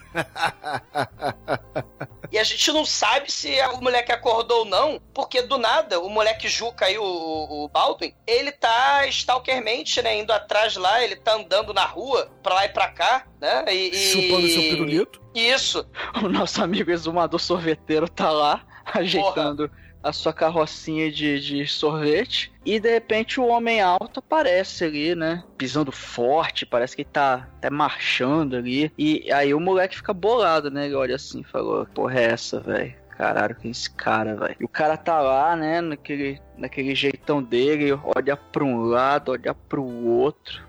E a gente não sabe se o moleque acordou ou não, porque do nada, o moleque Juca aí, o Baldwin, ele tá stalkermente, né, indo atrás lá, ele tá andando na rua, pra lá e pra cá, né, chupando seu pirulito. Isso. O nosso amigo exumador sorveteiro tá lá, ajeitando a sua carrocinha de sorvete, e de repente o homem alto aparece ali, né, pisando forte, parece que ele tá até marchando ali, e aí o moleque fica bolado, né, ele olha assim, falou, porra é essa, velho? Caralho, que é esse cara, velho? E o cara tá lá, né, naquele jeitão dele, olha pra um lado, olha pro outro,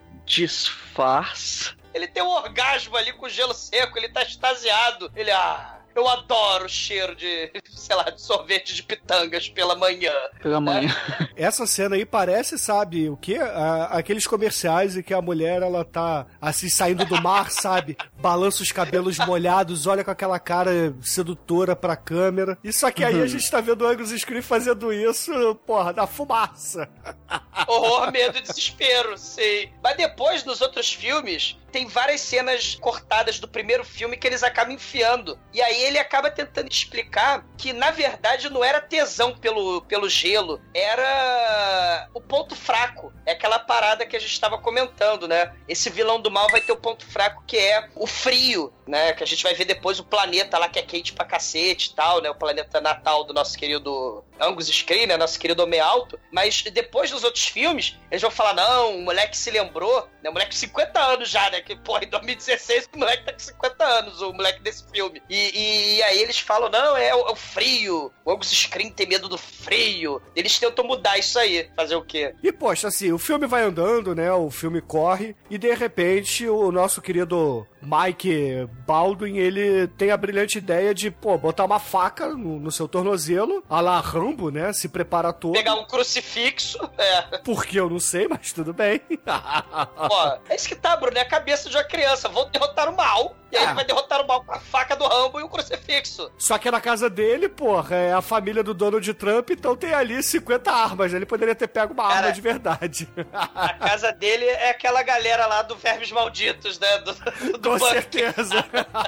disfarça. Ele tem um orgasmo ali com gelo seco, ele tá extasiado. Ele, eu adoro o cheiro de, sei lá, de sorvete de pitangas pela manhã. Pela manhã. Essa cena aí parece, sabe, o quê? Aqueles comerciais em que a mulher, ela tá, assim, saindo do mar, sabe? Balança os cabelos molhados, olha com aquela cara sedutora pra câmera. E só que aí a gente tá vendo o Angus Scrimm fazendo isso, porra, na fumaça. Horror, medo e desespero, sei. Mas depois, nos outros filmes, tem várias cenas cortadas do primeiro filme que eles acabam enfiando. E aí ele acaba tentando explicar que, na verdade, não era tesão pelo gelo, era o ponto fraco. É aquela parada que a gente estava comentando, né? Esse vilão do mal vai ter o ponto fraco, que é o frio, né? Que a gente vai ver depois o planeta lá que é quente pra cacete e tal, né? O planeta natal do nosso querido Angus Scrimm, né? Nosso querido homem alto. Mas depois dos outros filmes, eles vão falar, não, o moleque se lembrou, né? O moleque de 50 anos já, né? Que, porra, em 2016 o moleque tá com 50 anos, o moleque desse filme. E aí eles falam, não, é o frio. O Angus Scrimm tem medo do frio. Eles tentam mudar isso aí. Fazer o quê? E, poxa, assim, o filme vai andando, né? O filme corre. E, de repente, o nosso querido Mike Baldwin, ele tem a brilhante ideia de, botar uma faca no seu tornozelo, a la Han Rambo, né? Se prepara todo. Pegar um crucifixo, Por que eu não sei, mas tudo bem. Ó, é isso que tá, Bruno, é a cabeça de uma criança. Vão derrotar o mal. E aí ele vai derrotar o mal com a faca do Rambo e um crucifixo. Só que na casa dele, porra, é a família do Donald Trump, então tem ali 50 armas. Ele poderia ter pego uma arma de verdade. A casa dele é aquela galera lá do Vermes Malditos, né? Do Com certeza.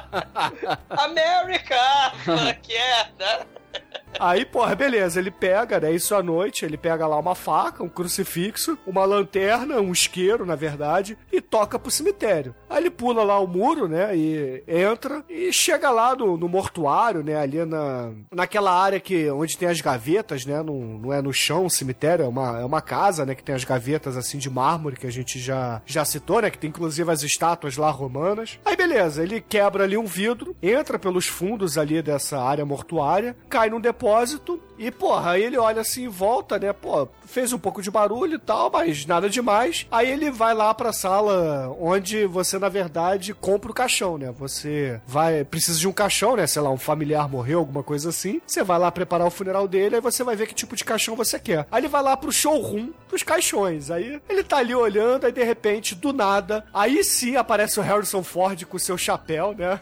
América! Que é, né? Aí, porra, beleza, ele pega, né, isso à noite, ele pega lá uma faca, um crucifixo, uma lanterna, um isqueiro, na verdade, e toca pro cemitério. Aí ele pula lá o muro, né, e entra, e chega lá no mortuário, né, ali naquela área onde tem as gavetas, né, não é no chão o cemitério, é uma casa, né, que tem as gavetas, assim, de mármore, que a gente já citou, né, que tem inclusive as estátuas lá romanas. Aí, beleza, ele quebra ali um vidro, entra pelos fundos ali dessa área mortuária, cai num depósito e, porra, aí ele olha assim em volta, né, pô, fez um pouco de barulho e tal, mas nada demais. Aí ele vai lá pra sala onde você, na verdade, compra o caixão, né, precisa de um caixão, né, sei lá, um familiar morreu, alguma coisa assim, você vai lá preparar o funeral dele, aí você vai ver que tipo de caixão você quer. Aí ele vai lá pro showroom dos caixões, aí ele tá ali olhando, aí de repente, do nada, aí sim aparece o Harrison Ford com o seu chapéu, né.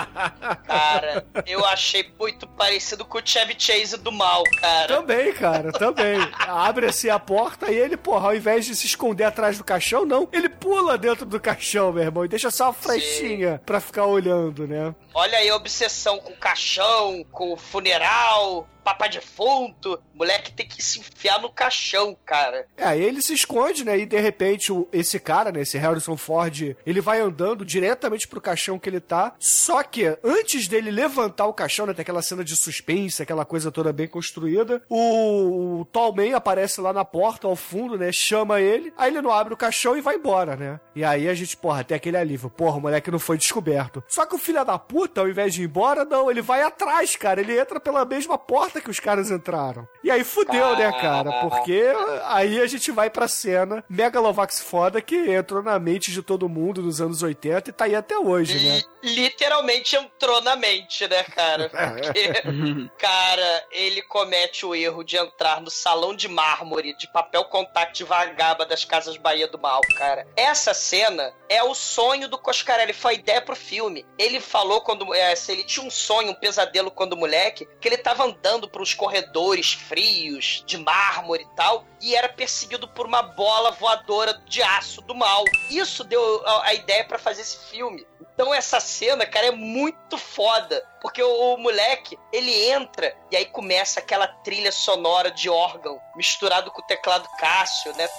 Cara, eu achei muito parecido com o Chevy Chase do mal, cara. Também, cara, também. Abre assim a porta e ele, porra, ao invés de se esconder atrás do caixão, não, ele pula dentro do caixão, meu irmão, e deixa só uma flechinha pra ficar olhando, né. Olha aí a obsessão com o caixão, com o funeral, papa defunto. Moleque tem que se enfiar no caixão, cara. Aí ele se esconde, né? E de repente esse cara, né? Esse Harrison Ford, ele vai andando diretamente pro caixão que ele tá. Só que antes dele levantar o caixão, né? Tem aquela cena de suspense, aquela coisa toda bem construída. O Tallman aparece lá na porta, ao fundo, né? Chama ele. Aí ele não abre o caixão e vai embora, né? E aí a gente, porra, tem aquele alívio. Porra, o moleque não foi descoberto. Só que o filho da puta, ao invés de ir embora, não. Ele vai atrás, cara. Ele entra pela mesma porta que os caras entraram. E aí fudeu, né, cara? Porque aí a gente vai pra cena Megalovax foda que entrou na mente de todo mundo nos anos 80 e tá aí até hoje, né? Literalmente entrou na mente, né, cara? Porque, cara, ele comete o erro de entrar no salão de mármore de papel contact vagaba das Casas Bahia do Mal, cara. Essa cena é o sonho do Coscarelli, foi a ideia pro filme. Ele falou se ele tinha um sonho, um pesadelo quando moleque, que ele tava andando pros corredores frios, de mármore e tal, e era perseguido por uma bola voadora de aço do mal. Isso deu a ideia pra fazer esse filme. Então essa cena, cara, é muito foda. Porque o moleque, ele entra e aí começa aquela trilha sonora de órgão misturado com o teclado Cássio, né?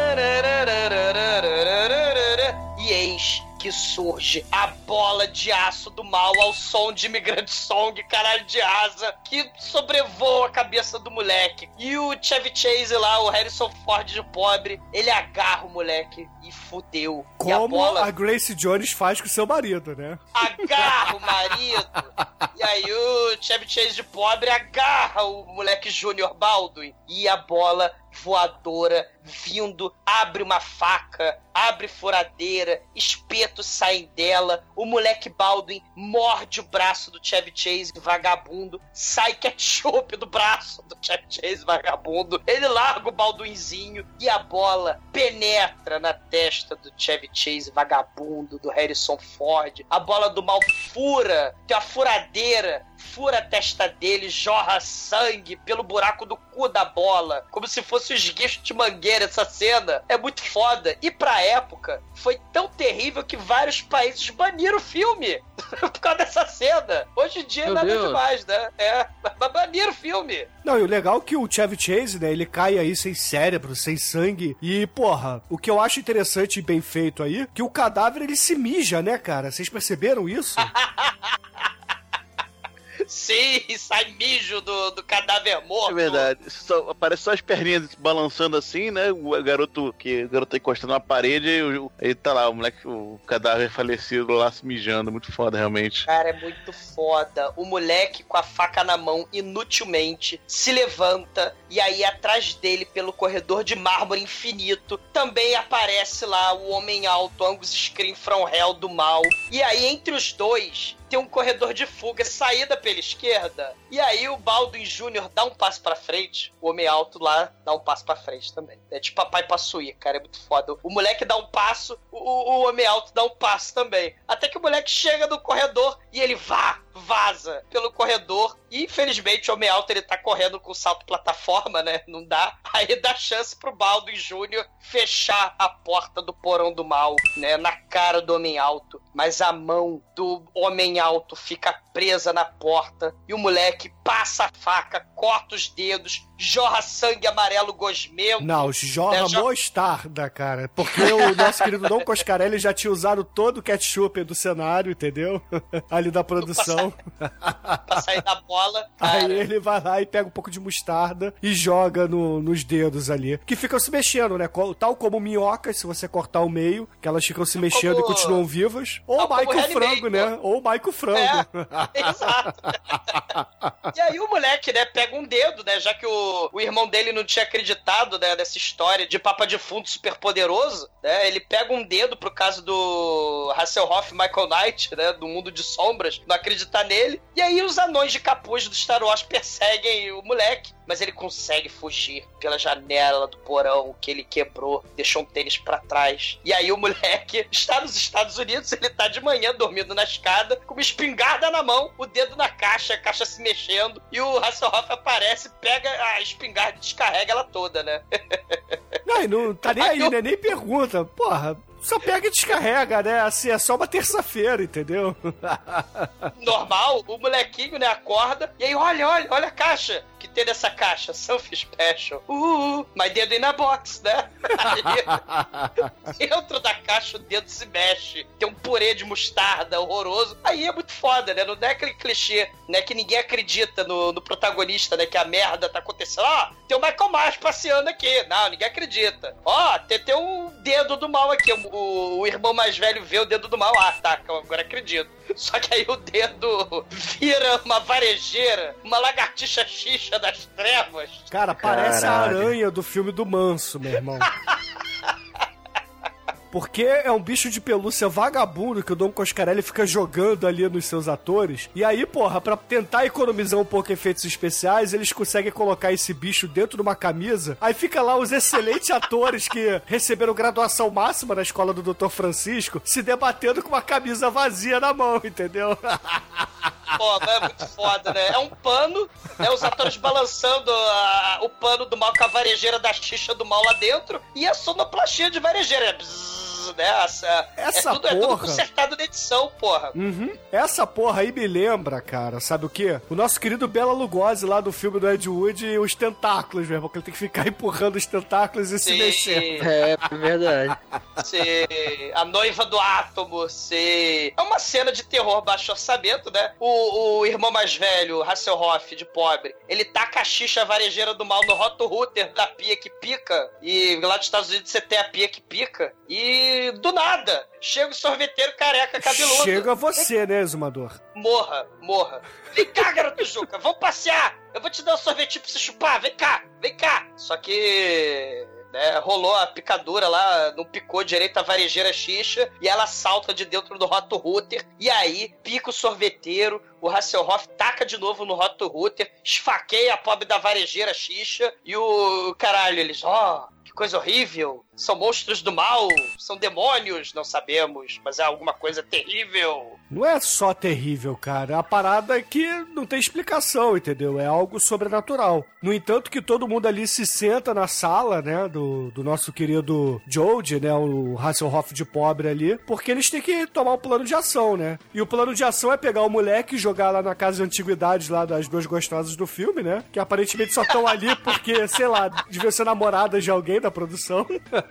E eis que surge a bola de aço do mal ao som de Imigrante Song, caralho de asa, que sobrevoa a cabeça do moleque. E o Chevy Chase lá, o Harrison Ford de pobre, ele agarra o moleque e fudeu. Como e a bola... a Grace Jones faz com o seu marido, né? Agarra o marido. E aí o Chevy Chase de pobre agarra o moleque Junior Baldwin. E a bola voadora vindo, abre uma faca, abre furadeira, espetos saem dela, o moleque Baldwin morde o braço do Chevy Chase vagabundo, sai ketchup do braço do Chevy Chase vagabundo, ele larga o Baldwinzinho e a bola penetra na testa do Chevy Chase vagabundo, do Harrison Ford, a bola do mal fura, tem uma furadeira, fura a testa dele, jorra sangue pelo buraco do cu da bola, como se fosse um esguicho de mangueira. Essa cena é muito foda. E pra época, foi tão terrível que vários países baniram o filme por causa dessa cena. Hoje em dia é nada demais, né? Mas baniram o filme. Não, e o legal é que o Chevy Chase, né, ele cai aí sem cérebro, sem sangue. E, porra, o que eu acho interessante e bem feito aí, que o cadáver, ele se mija, né, cara? Vocês perceberam isso? Sim, sai mijo do cadáver morto. É verdade. Aparece só as perninhas balançando assim, né? O garoto tá encostando na parede e ele tá lá, o cadáver falecido lá se mijando. Muito foda, realmente. Cara, é muito foda. O moleque com a faca na mão, inutilmente, se levanta e aí atrás dele, pelo corredor de mármore infinito, também aparece lá o homem alto, Angus Scream from Hell do mal. E aí, entre os dois, tem um corredor de fuga, saída pela esquerda, e aí o Baldwin Jr. dá um passo pra frente, o homem alto lá dá um passo pra frente também. É de papai passuí, cara, é muito foda. O moleque dá um passo, o homem alto dá um passo também. Até que o moleque chega no corredor e ele vaza pelo corredor. E, infelizmente, o homem alto, ele tá correndo com salto plataforma, né? Não dá. Aí dá chance pro Baldwin Jr. fechar a porta do porão do mal, né? Na cara do homem alto. Mas a mão do homem alto fica presa na porta. E o moleque passa a faca, corta os dedos, jorra sangue amarelo gosmento. Não, jorra mostarda, cara. Porque o nosso querido Dom Coscarelli já tinha usado todo o ketchup do cenário, entendeu? Ali da produção. Pra sair da bola. Cara. Aí ele vai lá e pega um pouco de mostarda e joga nos dedos ali. Que ficam se mexendo, né? Tal como minhocas, se você cortar o meio, que elas ficam se mexendo e continuam vivas. Ou o Michael Frango, né? Ou o Michael Frango. Exato. E aí o moleque, né, pega um dedo, né? Já que o irmão dele não tinha acreditado, né, nessa história de papa defunto super poderoso, né? Ele pega um dedo pro caso do Hasselhoff Michael Knight, né? Do Mundo de Sombras, não acreditar nele. E aí os anões de capuz do Star Wars perseguem o moleque, mas ele consegue fugir pela janela do porão que ele quebrou, deixou um tênis pra trás. E aí o moleque está nos Estados Unidos, ele tá de manhã dormindo na escada, com uma espingarda na mão, o dedo na caixa, a caixa se mexendo, e o Hasselhoff aparece, pega a espingarda e descarrega ela toda, né? Não, e não tá nem aí, né? Nem pergunta. Porra, só pega e descarrega, né? Assim, é só uma terça-feira, entendeu? Normal, o molequinho, né, acorda, e aí olha a caixa que tem nessa caixa, Something Special. My dedo in a box, né? Aí, dentro da caixa o dedo se mexe, tem um purê de mostarda horroroso. Aí é muito foda, né? Não é aquele clichê, né, que ninguém acredita no protagonista, né, que a merda tá acontecendo. Ó, tem o Michael Myers passeando aqui. Não, ninguém acredita. Ó, tem um dedo do mal aqui. O irmão mais velho vê o dedo do mal. Ah, tá, agora acredito. Só que aí o dedo vira uma varejeira, uma lagartixa xixa das trevas. Cara, parece a aranha do filme do Manso, meu irmão. Porque é um bicho de pelúcia vagabundo que o Dom Coscarelli fica jogando ali nos seus atores. E aí, porra, pra tentar economizar um pouco efeitos especiais, eles conseguem colocar esse bicho dentro de uma camisa. Aí fica lá os excelentes atores que receberam graduação máxima na escola do Dr. Francisco se debatendo com uma camisa vazia na mão, entendeu? Pô, é muito foda, né? É um pano, né? Os atores balançando o pano do mal com a varejeira da xixa do mal lá dentro e a sonoplastia de varejeira. Bzzz, né? Essa porra... É tudo consertado na edição, porra. Uhum. Essa porra aí me lembra, cara, sabe o quê? O nosso querido Bela Lugosi lá do filme do Ed Wood e os tentáculos, meu irmão, que ele tem que ficar empurrando os tentáculos e se mexer. É verdade. A noiva do átomo, é uma cena de terror baixo orçamento, né? O irmão mais velho, Hasselhoff, de pobre, ele taca a xixa varejeira do mal no Roto Router da pia que pica, e lá dos Estados Unidos você tem a pia que pica, e do nada, chega o sorveteiro careca cabeludo. Chega você, né, Exumador? Morra. Vem cá, garoto Juca, vamos passear. Eu vou te dar um sorvetinho pra você chupar, vem cá. Só que... né, rolou a picadura lá, não picou direito a varejeira xixa, e ela salta de dentro do Roto Router, e aí pica o sorveteiro, o Hasselhoff taca de novo no Roto Router, esfaqueia a pobre da varejeira xixa, e o caralho, eles, que coisa horrível, são monstros do mal, são demônios, não sabemos, mas é alguma coisa terrível. Não é só terrível, cara, a parada é que não tem explicação, entendeu? É algo sobrenatural. No entanto que todo mundo ali se senta na sala, né, do nosso querido Jode, né, o Hasselhoff de pobre ali, porque eles têm que tomar um plano de ação, né? E o plano de ação é pegar o moleque e jogar lá na casa de antiguidades lá das duas gostosas do filme, né? Que aparentemente só estão ali porque, sei lá, deviam ser namoradas de alguém da produção.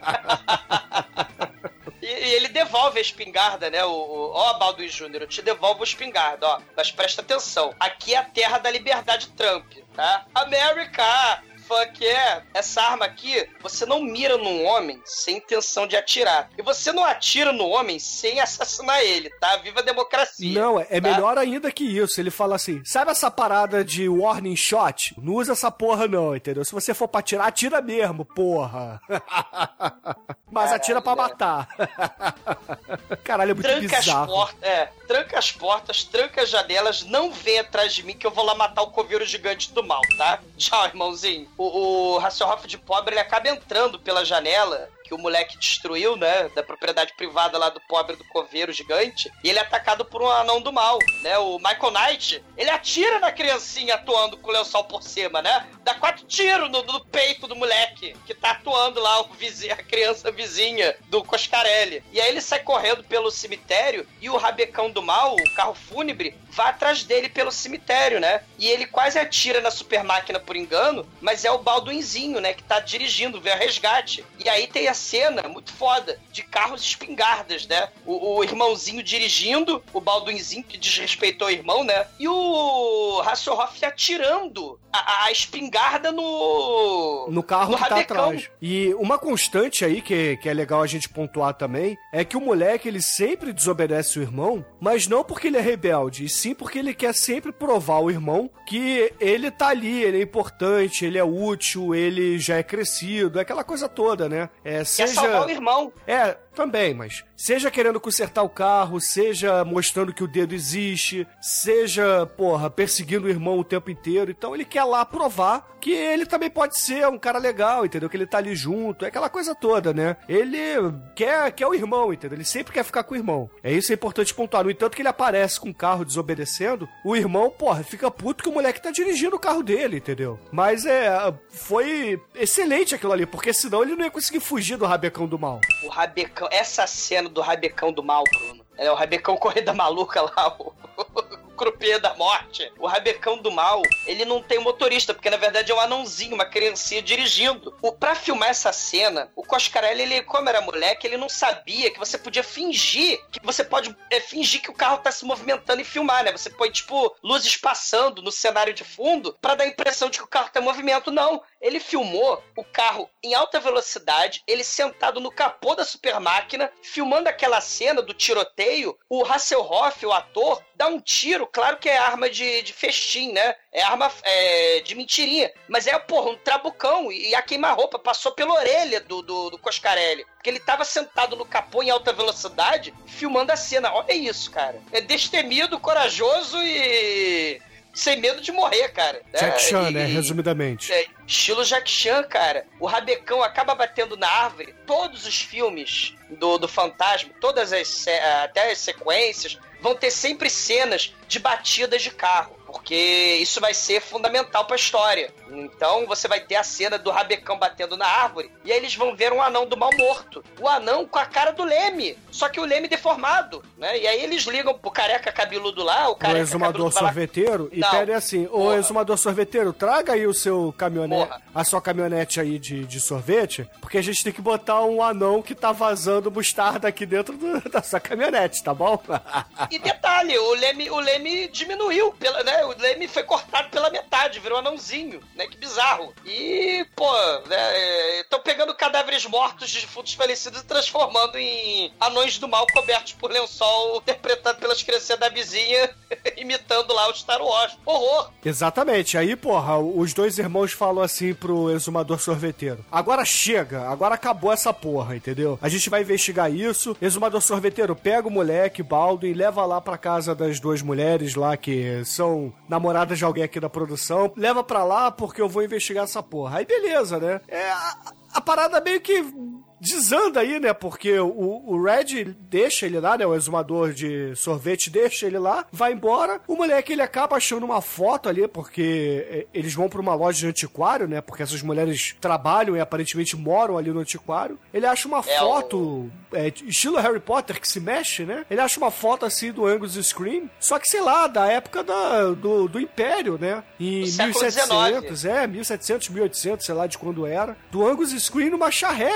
E ele devolve a espingarda, né? Baldwin Jr., eu te devolvo a espingarda, ó. Mas presta atenção. Aqui é a terra da liberdade Trump, tá? America! fã que é, essa arma aqui, você não mira num homem sem intenção de atirar. E você não atira no homem sem assassinar ele, tá? Viva a democracia. Não, é tá? melhor ainda que isso. Ele fala assim, sabe essa parada de warning shot? Não usa essa porra não, entendeu? Se você for pra atirar, atira mesmo, porra. Mas atira pra matar. Caralho, é muito bizarro. Tranca as portas, tranca as janelas, não vem atrás de mim que eu vou lá matar o coveiro gigante do mal, tá? Tchau, irmãozinho. O Hasselhoff de pobre, ele acaba entrando pela janela que o moleque destruiu, né, da propriedade privada lá do pobre do coveiro gigante, e ele é atacado por um anão do mal, né, o Michael Knight, ele atira na criancinha atuando com o lençol por cima, né, dá 4 tiros no peito do moleque, que tá atuando lá, a criança vizinha do Coscarelli, e aí ele sai correndo pelo cemitério, e o rabecão do mal, o carro fúnebre, vai atrás dele pelo cemitério, né, e ele quase atira na super máquina por engano, mas é o Baldwinzinho, né, que tá dirigindo, vê a resgate, e aí tem a cena muito foda de carros espingardas, né? O irmãozinho dirigindo, o Baldwinzinho que desrespeitou o irmão, né? E o Hasselhoff atirando a espingarda no carro no que tá atrás. E uma constante aí que é legal a gente pontuar também é que o moleque, ele sempre desobedece o irmão, mas não porque ele é rebelde, e sim porque ele quer sempre provar ao irmão que ele tá ali, ele é importante, ele é útil, ele já é crescido, é aquela coisa toda, né? Quer salvar o irmão. Também, mas seja querendo consertar o carro, seja mostrando que o dedo existe, seja, perseguindo o irmão o tempo inteiro. Então ele quer lá provar que ele também pode ser um cara legal, entendeu? Que ele tá ali junto, é aquela coisa toda, né? Ele quer o irmão, entendeu? Ele sempre quer ficar com o irmão. Isso é importante pontuar. No entanto que ele aparece com o carro desobedecendo, o irmão, fica puto que o moleque tá dirigindo o carro dele, entendeu? Mas foi excelente aquilo ali, porque senão ele não ia conseguir fugir do rabecão do mal. O rabecão, essa cena do rabecão do mal, Bruno, é o rabecão corrida maluca lá, o croupier da morte. O rabecão do mal, ele não tem motorista, porque na verdade é um anãozinho, uma criancinha dirigindo. Pra filmar essa cena, o Coscarelli, ele, como era moleque, ele não sabia que você podia fingir, fingir que o carro tá se movimentando e filmar, né? Você põe, luzes passando no cenário de fundo pra dar a impressão de que o carro tá em movimento. Não, ele filmou o carro em alta velocidade, ele sentado no capô da super máquina, filmando aquela cena do tiroteio. O Hasselhoff, o ator, dá um tiro, claro que é arma de festim, né? É arma de mentirinha. Mas um trabucão e a queima-roupa passou pela orelha do Coscarelli. Porque ele tava sentado no capô em alta velocidade, filmando a cena. Olha isso, cara. É destemido, corajoso e sem medo de morrer, cara. Jack Chan, né? Resumidamente. Estilo Jack Chan, cara. O rabecão acaba batendo na árvore. Todos os filmes do Fantasma, até as sequências, vão ter sempre cenas de batidas de carro, porque isso vai ser fundamental pra história. Então você vai ter a cena do rabecão batendo na árvore, e aí eles vão ver um anão do mal morto. O anão com a cara do Leme, só que o Leme deformado, né? E aí eles ligam pro careca cabeludo lá, o exumador sorveteiro, e pedem assim, ô exumador sorveteiro, traga aí o seu caminhonete, a sua caminhonete aí de sorvete, porque a gente tem que botar um anão que tá vazando mostarda aqui dentro da sua caminhonete, tá bom? E detalhe, o Leme diminuiu, né? O Leme foi cortado pela metade, virou anãozinho, né? Que bizarro. E, estão pegando cadáveres mortos de defuntos falecidos e transformando em anões do mal cobertos por lençol, interpretado pelas crianças da vizinha, imitando lá o Star Wars. Horror! Exatamente. Aí, os dois irmãos falam assim pro exumador sorveteiro: agora chega, agora acabou essa porra, entendeu? A gente vai investigar isso. Exumador sorveteiro, pega o moleque, Baldwin, leva lá pra casa das duas mulheres lá que são namoradas de alguém aqui da produção, leva pra lá porque eu vou investigar essa porra. Aí beleza, né? A parada meio que desanda aí, né? Porque o Red deixa ele lá, né? O exumador de sorvete deixa ele lá, vai embora. O moleque, ele acaba achando uma foto ali, porque eles vão pra uma loja de antiquário, né? Porque essas mulheres trabalham e aparentemente moram ali no antiquário. Ele acha uma foto estilo Harry Potter, que se mexe, né? Ele acha uma foto assim do Angus Scream, só que, sei lá, da época do Império, né? Em 1700, 1700, 1800, sei lá de quando era. Do Angus Scream numa charrete, cara.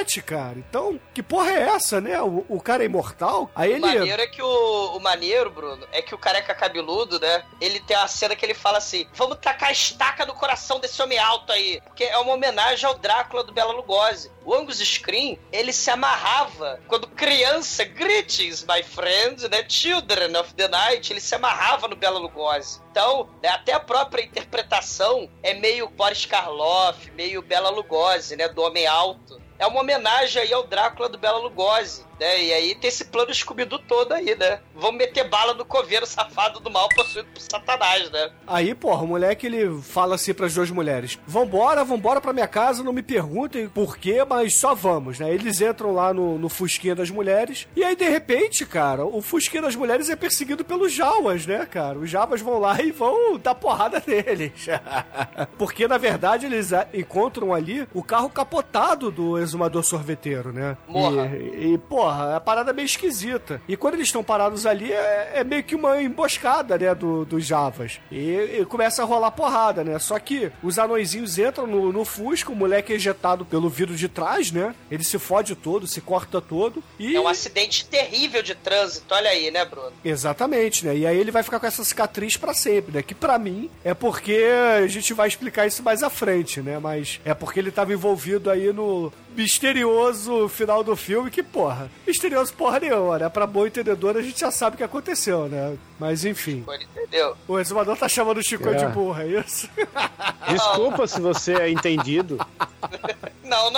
cara? Então, que porra é essa, né? O cara é imortal? Aí ele... Maneiro é que o maneiro, Bruno, é que o careca cabeludo, né? Ele tem uma cena que ele fala assim: vamos tacar a estaca no coração desse homem alto aí. Porque é uma homenagem ao Drácula do Bela Lugosi. O Angus Scrimm, ele se amarrava quando criança, greetings, my friend, né? Children of the Night, ele se amarrava no Bela Lugosi. Então, né, até a própria interpretação é meio Boris Karloff, meio Bela Lugosi, né? Do Homem Alto. É uma homenagem aí ao Drácula do Bela Lugosi, né? E aí tem esse plano Scooby-Doo todo aí, né? Vamos meter bala no coveiro safado do mal possuído por Satanás, né? Aí, porra, o moleque, ele fala assim pras duas mulheres: vambora pra minha casa, não me perguntem por quê, mas só vamos, né? Eles entram lá no Fusquinha das mulheres, e aí, de repente, cara, o Fusquinha das mulheres é perseguido pelos Jawas, né, cara? Os Jawas vão lá e vão dar porrada neles. Porque, na verdade, eles encontram ali o carro capotado do exumador sorveteiro, né? Morra. E, porra, a parada é meio esquisita. E quando eles estão parados ali, é meio que uma emboscada, né, dos Javas. E começa a rolar porrada, né? Só que os anõezinhos entram no Fusca, o moleque é ejetado pelo vidro de trás, né? Ele se fode todo, se corta todo. E... é um acidente terrível de trânsito, olha aí, né, Bruno? Exatamente, né? E aí ele vai ficar com essa cicatriz pra sempre, né? Que pra mim é porque a gente vai explicar isso mais à frente, né? Mas é porque ele tava envolvido aí no misterioso final do filme, que, porra, misterioso porra nenhuma, né? Pra bom entendedor, a gente já sabe o que aconteceu, né? Mas, enfim. Entendeu? O exumador tá chamando o Chico de burra, é isso? Desculpa se você é entendido. Não.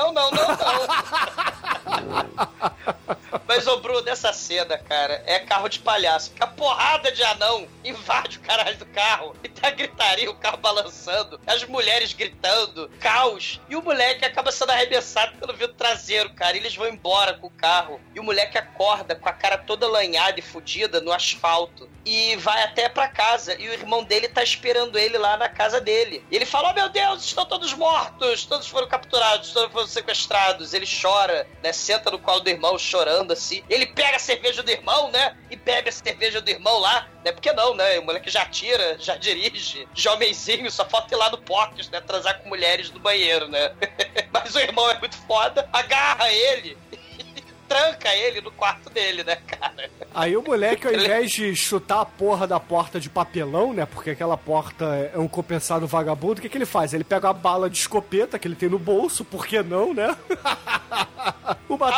Mas, ô Bruno, essa cena, cara, é carro de palhaço. Porque a porrada de anão invade o caralho do carro. E tá a gritaria, o carro balançando, as mulheres gritando, caos. E o moleque acaba sendo arremessado pelo vidro traseiro, cara. E eles vão embora com o carro. E o moleque acorda com a cara toda lanhada e fodida no asfalto. E vai até pra casa. E o irmão dele tá esperando ele lá na casa dele. E ele fala: oh, meu Deus, estão todos mortos. Todos foram capturados, todos foram sequestrados. Ele chora, né? Senta no colo do irmão chorando assim. Ele pega a cerveja do irmão, né? E bebe a cerveja do irmão lá, né? Porque não, né? O moleque já tira, já dirige, já homenzinho, só falta ir lá no Pocket, né? Transar com mulheres do banheiro, né? Mas o irmão é muito foda, agarra ele e tranca ele no quarto dele, né, cara? Aí o moleque, ao invés de chutar a porra da porta de papelão, né? Porque aquela porta é um compensado vagabundo, o que ele faz? Ele pega a bala de escopeta que ele tem no bolso, por que não, né? Uma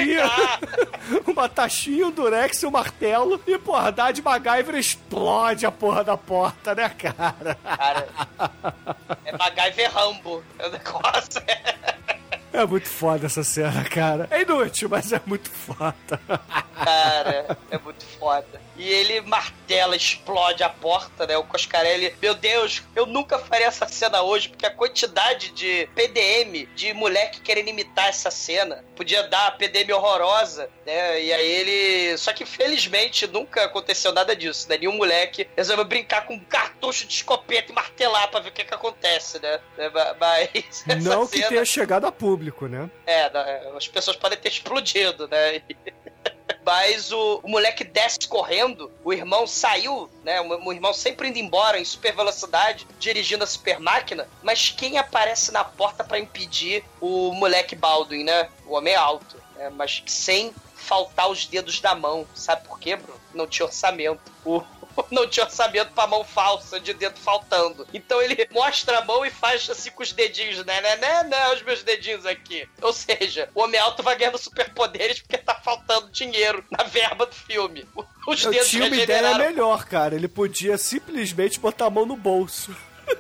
tachinha, um durex e um martelo. E, porra, dá de MacGyver e explode a porra da porta, né, cara? Cara, é MacGyver Rambo. O negócio é muito foda essa cena, cara. É inútil, mas é muito foda. Cara, é muito foda. E ele martela, explode a porta, né? O Coscarelli, meu Deus, eu nunca faria essa cena hoje, porque a quantidade de PDM, de moleque querendo imitar essa cena, podia dar a PDM horrorosa, né? E aí ele... Só que, felizmente, nunca aconteceu nada disso, né? Nenhum moleque resolveu brincar com um cartucho de escopeta e martelar pra ver o que acontece, né? Mas... Não que tenha chegado a público, né? As pessoas podem ter explodido, né? Mas o moleque desce correndo, o irmão saiu, né? O irmão sempre indo embora em super velocidade, dirigindo a super máquina, mas quem aparece na porta pra impedir o moleque Baldwin, né? O homem alto, né? Mas sem faltar os dedos da mão. Sabe por quê, Bruno? Não tinha orçamento. Não tinha orçamento pra mão falsa, de dedo faltando. Então ele mostra a mão e faz assim com os dedinhos, né? Os meus dedinhos aqui. Ou seja, o homem alto vai ganhando superpoderes porque tá faltando dinheiro na verba do filme. Os Eu dedos tinha uma ideia melhor, cara. Ele podia simplesmente botar a mão no bolso.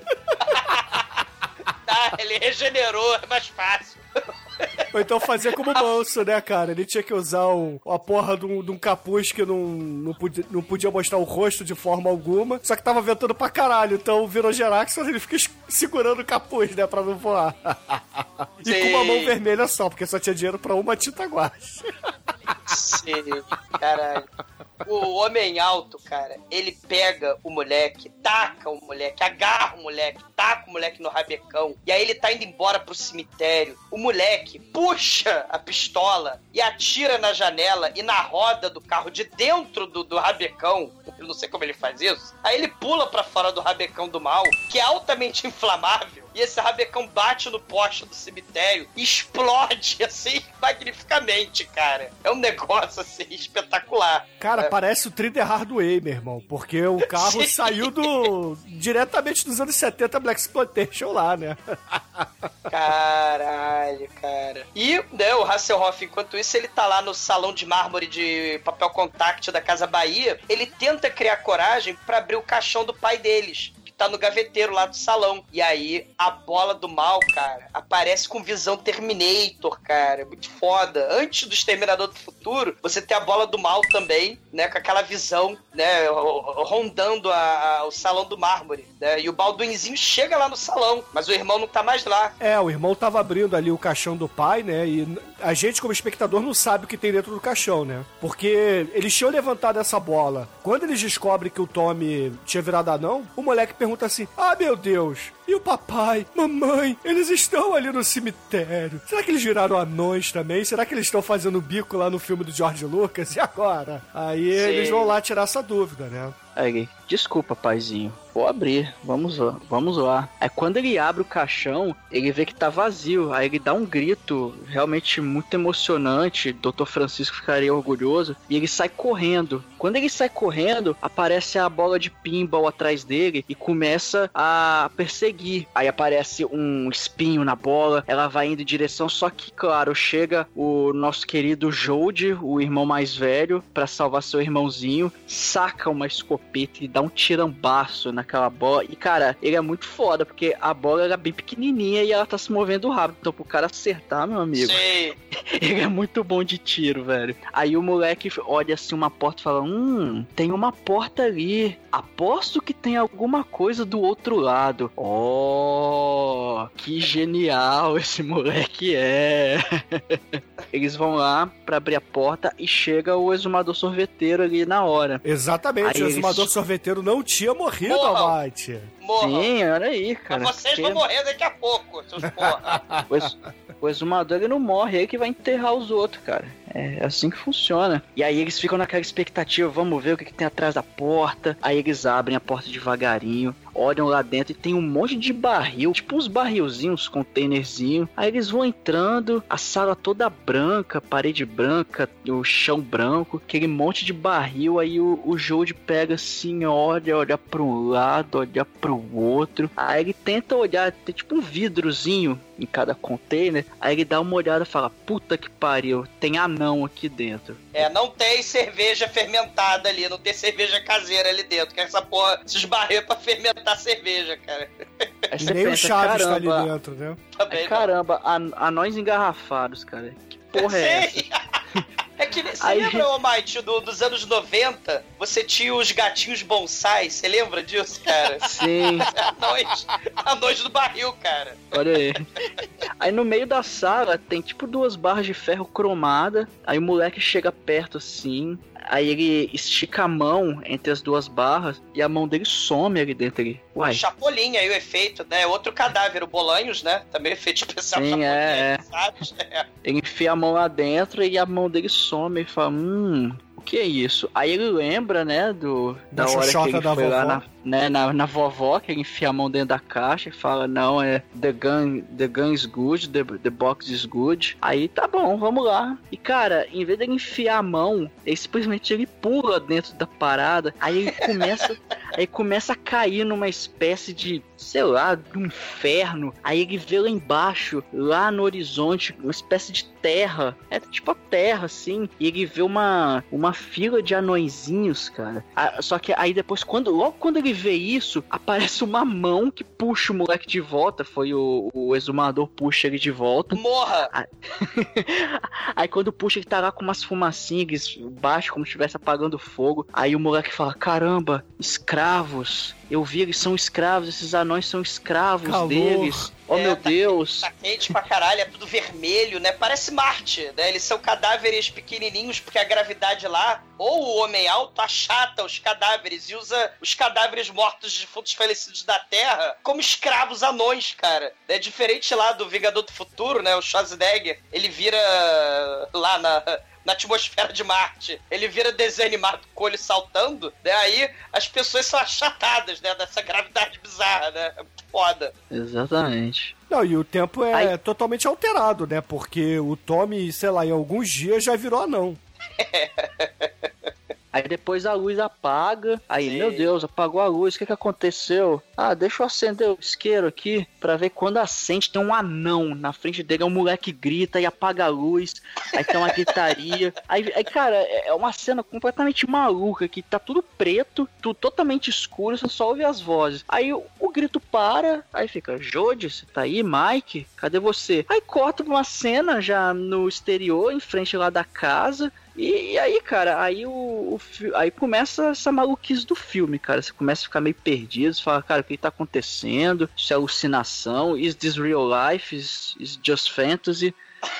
Ele regenerou, é mais fácil. Ou então fazer como bolso, né, cara? Ele tinha que usar a porra de um capuz que não podia mostrar o rosto de forma alguma, só que tava ventando pra caralho, então virou Gerax, ele fica segurando o capuz, né, pra não voar. E com uma mão vermelha só, porque só tinha dinheiro pra uma tinta guache. Sim, caralho. O homem alto, cara, ele pega o moleque, taca o moleque, agarra o moleque, taca o moleque no rabecão, e aí ele tá indo embora pro cemitério. O moleque puxa a pistola e atira na janela e na roda do carro de dentro do rabecão. Eu não sei como ele faz isso. Aí ele pula pra fora do rabecão do mal, que é altamente inflamável, e esse rabecão bate no poste do cemitério e explode, assim, magnificamente, cara. É um negócio, assim, espetacular. Cara, parece o Thriller Hardway, meu irmão, porque o carro saiu diretamente dos anos 70 Black Exploitation lá, né? Caralho, cara. E, né, o Hasselhoff, enquanto isso, ele tá lá no salão de mármore de papel contact da Casa Bahia, ele tenta criar coragem pra abrir o caixão do pai deles, que tá no gaveteiro lá do salão. E aí, a bola do mal, cara, aparece com visão Terminator, cara. Muito foda. Antes do Exterminador do Futuro, você tem a bola do mal também, né, com aquela visão, né, rondando o salão do mármore, né, e o Balduinzinho chega lá no salão, mas o irmão não tá mais lá. O irmão tava abrindo ali o caixão do pai, né, e a gente como espectador não sabe o que tem dentro do caixão, né, porque eles tinham levantado essa bola. Quando eles descobrem que o Tommy tinha virado anão, o moleque pergunta assim, meu Deus, e o papai, mamãe, eles estão ali no cemitério. Será que eles viraram anões também? Será que eles estão fazendo bico lá no filme do George Lucas? E agora? Aí eles vão lá tirar essa dúvida, né? Aí, desculpa, paizinho. Vou abrir. Vamos lá. Aí quando ele abre o caixão, ele vê que tá vazio. Aí ele dá um grito realmente muito emocionante. Dr. Francisco ficaria orgulhoso. E ele sai correndo. Quando ele sai correndo, aparece a bola de pinball atrás dele e começa a perseguir. Aí aparece um espinho na bola. Ela vai indo em direção, só que, claro, chega o nosso querido Jody, o irmão mais velho, pra salvar seu irmãozinho. Saca uma escopeta e dá um tirambaço naquela bola. E, cara, ele é muito foda, porque a bola era bem pequenininha e ela tá se movendo rápido. Então, pro cara acertar, meu amigo, ele é muito bom de tiro, velho. Aí o moleque olha assim uma porta e fala, tem uma porta ali. Aposto que tem alguma coisa do outro lado. Que genial esse moleque é. Eles vão lá pra abrir a porta e chega o exumador sorveteiro ali na hora. Exatamente, o exumador sorveteiro não tinha morrido, Almighty. Sim, olha aí, cara. Mas vocês vão morrer daqui a pouco, seus porra. O exumador, ele não morre, é ele que vai enterrar os outros, cara. É assim que funciona. E aí eles ficam naquela expectativa, vamos ver o que tem atrás da porta. Aí eles abrem a porta devagarinho, olham lá dentro e tem um monte de barril, tipo uns barrilzinhos, uns containerzinhos. Aí eles vão entrando, a sala toda branca, parede branca, o chão branco, aquele monte de barril. Aí o Jody pega assim, olha para um lado, olha pro outro. Aí ele tenta olhar, tem tipo um vidrozinho em cada container. Aí ele dá uma olhada e fala, puta que pariu, tem anão aqui dentro. Não tem cerveja fermentada ali, não tem cerveja caseira ali dentro, que essa porra se esbarreu pra fermentar cerveja, cara. Aí você nem pensa, o Chaves caramba, tá ali dentro, né? Caramba, anões engarrafados, cara. Que porra é essa? É que você lembra, Almighty, dos anos 90? Você tinha os gatinhos bonsai, você lembra disso, cara? Sim. Anões do barril, cara. Olha aí. Aí no meio da sala tem tipo 2 barras de ferro cromada. Aí o moleque chega perto assim. Aí ele estica a mão entre as 2 barras e a mão dele some ali dentro ali. Uai. Chapolin, aí o efeito, né? Outro cadáver, o Bolanhos, né? Também efeito especial. Sim, Chapolin, sabe? Ele enfia a mão lá dentro e a mão dele some e fala, o que é isso? Aí ele lembra, né, da hora que ele foi lá na vovó, que ele enfia a mão dentro da caixa e fala, não, the gun is good, the box is good. Aí tá bom, vamos lá. E cara, em vez dele enfiar a mão, ele pula dentro da parada, aí ele começa a cair numa espécie de, sei lá, de um inferno. Aí ele vê lá embaixo, lá no horizonte, uma espécie de terra. É tipo a terra, assim. E ele vê uma fila de anõezinhos, cara. Só que aí depois, logo quando ele vê isso, aparece uma mão que puxa o moleque de volta. Foi o exumador puxa ele de volta. Morra! Aí quando puxa, ele tá lá com umas fumacinhas baixo, como se estivesse apagando fogo. Aí o moleque fala, caramba, escravos. Eu vi, eles são escravos, esses anões são escravos deles. Meu Deus. Tá quente pra caralho, é tudo vermelho, né? Parece Marte, né? Eles são cadáveres pequenininhos, porque a gravidade lá ou o Homem Alto achata os cadáveres e usa os cadáveres mortos de defuntos falecidos da Terra como escravos anões, cara. É diferente lá do Vingador do Futuro, né? O Schwarzenegger, ele vira lá na atmosfera de Marte, ele vira desenho animado com o olho saltando, né? Aí as pessoas são achatadas, né? Dessa gravidade bizarra, né? É muito foda. Exatamente. Não, e o tempo é totalmente alterado, né? Porque o Tommy, sei lá, em alguns dias já virou anão. Aí depois a luz apaga. Aí, Sim. meu Deus, apagou a luz. O que aconteceu? Ah, deixa eu acender o isqueiro aqui pra ver quando acende. Tem um anão na frente dele. Um moleque grita e apaga a luz. Aí tem uma gritaria. Aí, cara, é uma cena completamente maluca. Que tá tudo preto, tudo totalmente escuro. Você só ouve as vozes. Aí o grito para. Aí fica, Jodie, você tá aí? Mike? Cadê você? Aí corta pra uma cena já no exterior, em frente lá da casa. E aí, cara, aí aí começa essa maluquice do filme, cara. Você começa a ficar meio perdido, você fala, cara, o que tá acontecendo? Isso é alucinação? Is this real life? Is just fantasy?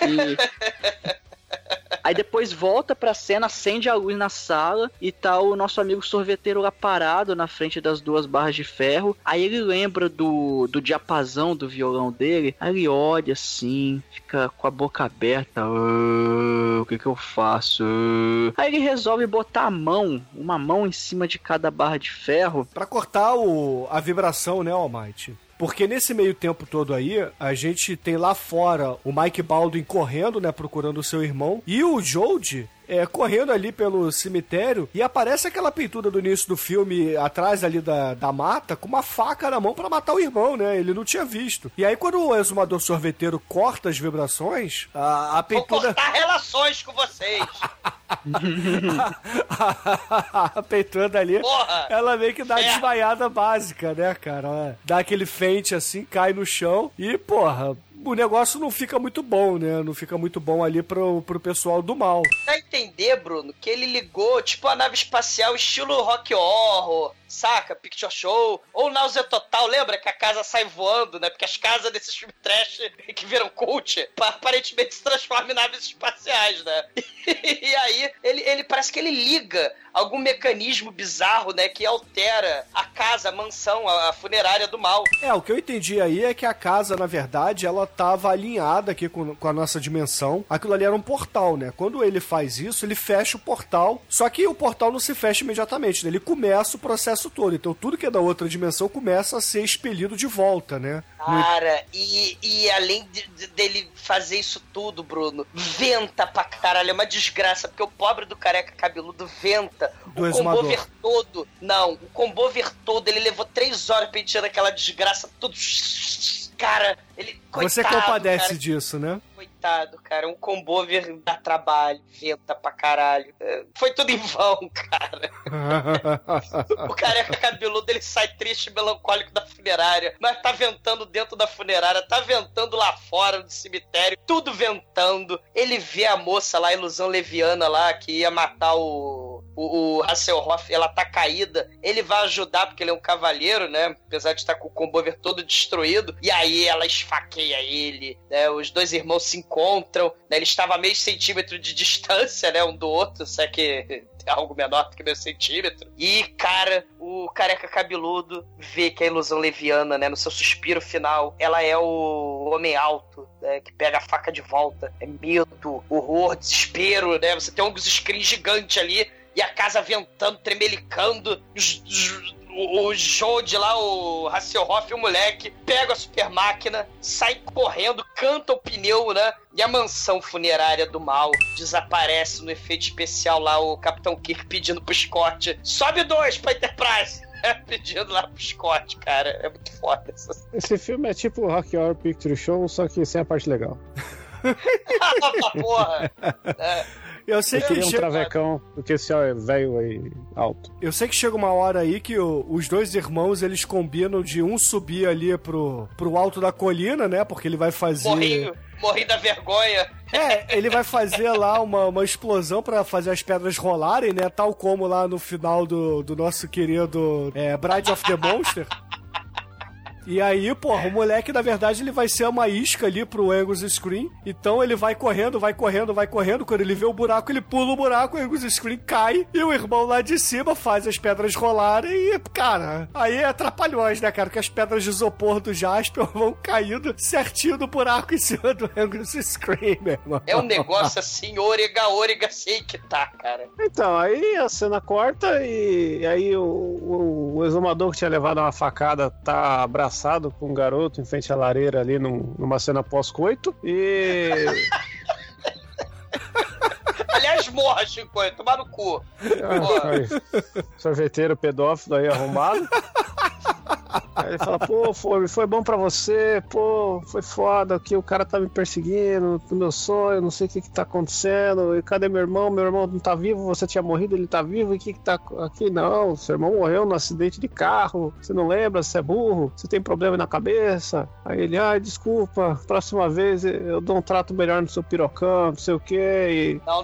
Aí depois volta pra cena, acende a luz na sala e tá o nosso amigo sorveteiro lá parado na frente das 2 barras de ferro. Aí ele lembra do diapasão do violão dele. Aí ele olha assim, fica com a boca aberta. O que eu faço? Aí ele resolve botar uma mão em cima de cada barra de ferro. Pra cortar a vibração, né, Almighty? Porque nesse meio tempo todo aí, a gente tem lá fora o Mike Baldwin correndo, né, procurando o seu irmão, e o Jodie correndo ali pelo cemitério, e aparece aquela pintura do início do filme, atrás ali da mata, com uma faca na mão pra matar o irmão, né? Ele não tinha visto. E aí quando o exumador sorveteiro corta as vibrações, a pintura... Vou cortar relações com vocês. A peitando ali, Porra, ela meio que dá a desmaiada básica, né, cara? Ela dá aquele fente assim, cai no chão e, porra, o negócio não fica muito bom, né? Não fica muito bom ali pro pessoal do mal. Dá a entender, Bruno, que ele ligou, tipo, a nave espacial estilo Rock Horror, saca? Picture Show. Ou Náusea Total, lembra que a casa sai voando, né? Porque as casas desses filmes trash que viram cult, aparentemente se transformam em naves espaciais, né? E aí, ele parece que ele liga algum mecanismo bizarro, né? Que altera a casa, a mansão, a funerária do mal. O que eu entendi aí é que a casa, na verdade, ela tava alinhada aqui com a nossa dimensão. Aquilo ali era um portal, né? Quando ele faz isso, ele fecha o portal, só que o portal não se fecha imediatamente, né? Ele começa o processo todo. Então tudo que é da outra dimensão começa a ser expelido de volta, né? Cara, e além dele fazer isso tudo, Bruno, venta pra caralho, é uma desgraça, porque o pobre do careca cabeludo venta. O combover todo. Não, o combover todo, ele levou 3 horas pra encher aquela desgraça, tudo. Cara, ele. Coitado, você compadece cara. Disso, né? Coitado, cara. Um combover dá trabalho, venta pra caralho. Foi tudo em vão, cara. O careca cabeludo, ele sai triste e melancólico da funerária, mas tá ventando dentro da funerária, tá ventando lá fora do cemitério, tudo ventando. Ele vê a moça lá, a ilusão leviana lá, que ia matar o Hasselhoff, ela tá caída. Ele vai ajudar porque ele é um cavalheiro, né? Apesar de estar com o combover todo destruído. E aí ela esfaqueia ele, né? Os 2 irmãos se encontram, né? Ele estava a meio centímetro de distância, né? Um do outro, só que é algo menor do que meio centímetro. E, cara, o careca cabeludo vê que a ilusão leviana, né? No seu suspiro final, ela é o homem alto, né? Que pega a faca de volta. É medo, horror, desespero, né? Você tem um screen gigante ali e a casa ventando, tremelicando. O Jodie lá, o Hasselhoff e o moleque pega a super máquina, sai correndo, canta o pneu, né? E a mansão funerária do mal desaparece no efeito especial lá, o Capitão Kirk pedindo pro Scott: sobe 2 pra Enterprise. Pedindo lá pro Scott, cara. É muito foda isso. Esse filme é tipo o Rock Horror Picture Show, só que sem a parte legal. Porra! Eu sei que queria um travecão do que esse velho aí alto. Eu sei que chega uma hora aí que os 2 irmãos, eles combinam de um subir ali pro alto da colina, né? Porque ele vai fazer... Morri da vergonha. Ele vai fazer lá uma explosão pra fazer as pedras rolarem, né? Tal como lá no final do nosso querido Bride of the Monster. E aí, porra, o moleque, na verdade, ele vai ser uma isca ali pro Angus Screen. Então ele vai correndo. Quando ele vê o buraco, ele pula o buraco, o Angus Screen cai. E o irmão lá de cima faz as pedras rolarem. E, cara, aí é trapalhões, né, cara? Que as pedras de isopor do Jasper vão caindo certinho do buraco em cima do Angus Screen, meu irmão. É um negócio assim, ôrega, sei que tá, cara. Então, aí a cena corta e aí o exumador que tinha levado uma facada tá abraçado com um garoto em frente à lareira ali numa cena pós-coito e... Aliás, morra, Chico, tomar no cu. Sorveteiro pedófilo aí arrombado. Aí ele fala, pô, foi bom pra você, pô, foi foda que o cara tá me perseguindo no meu sonho, não sei o que tá acontecendo, e cadê meu irmão? Meu irmão não tá vivo, você tinha morrido, ele tá vivo, e o que tá aqui? Não, seu irmão morreu num acidente de carro, você não lembra, você é burro, você tem problema na cabeça. Aí ele, desculpa, próxima vez eu dou um trato melhor no seu pirocão, não sei o que. E... Não.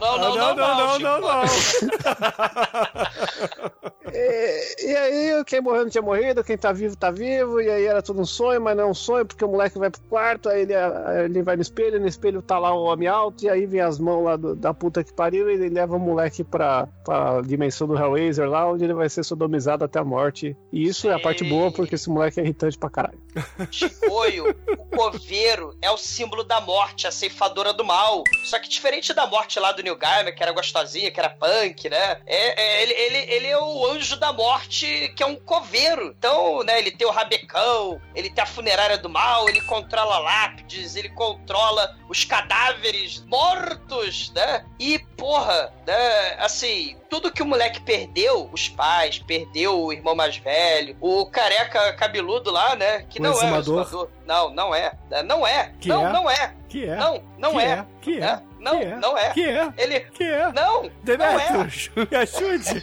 E aí, quem morreu não tinha morrido, quem tá vivo, e aí era tudo um sonho, mas não é um sonho, porque o moleque vai pro quarto, aí ele vai no espelho tá lá o homem alto, e aí vem as mãos lá da puta que pariu, e ele leva o moleque pra dimensão do Hellraiser lá, onde ele vai ser sodomizado até a morte. E isso é a parte boa, porque esse moleque é irritante pra caralho. Chicoio, o coveiro é o símbolo da morte, a ceifadora do mal. Só que diferente da morte lá do Neil Gaiman, que era gostosinha, que era punk, né? Ele é o anjo da morte, que é um coveiro. Então, né, ele tem o rabecão, ele tem a funerária do mal, ele controla lápides, ele controla os cadáveres mortos, né? E, porra, né, assim, tudo que o moleque perdeu, os pais, perdeu o irmão mais velho, o careca cabeludo lá, né? Que não é o exumador. Não é. Não é. Que não, é? não é. Que é? Não é. Que é? Não, que é? não é. Que é? Ele... Que é? Não, Demetrius, me ajude.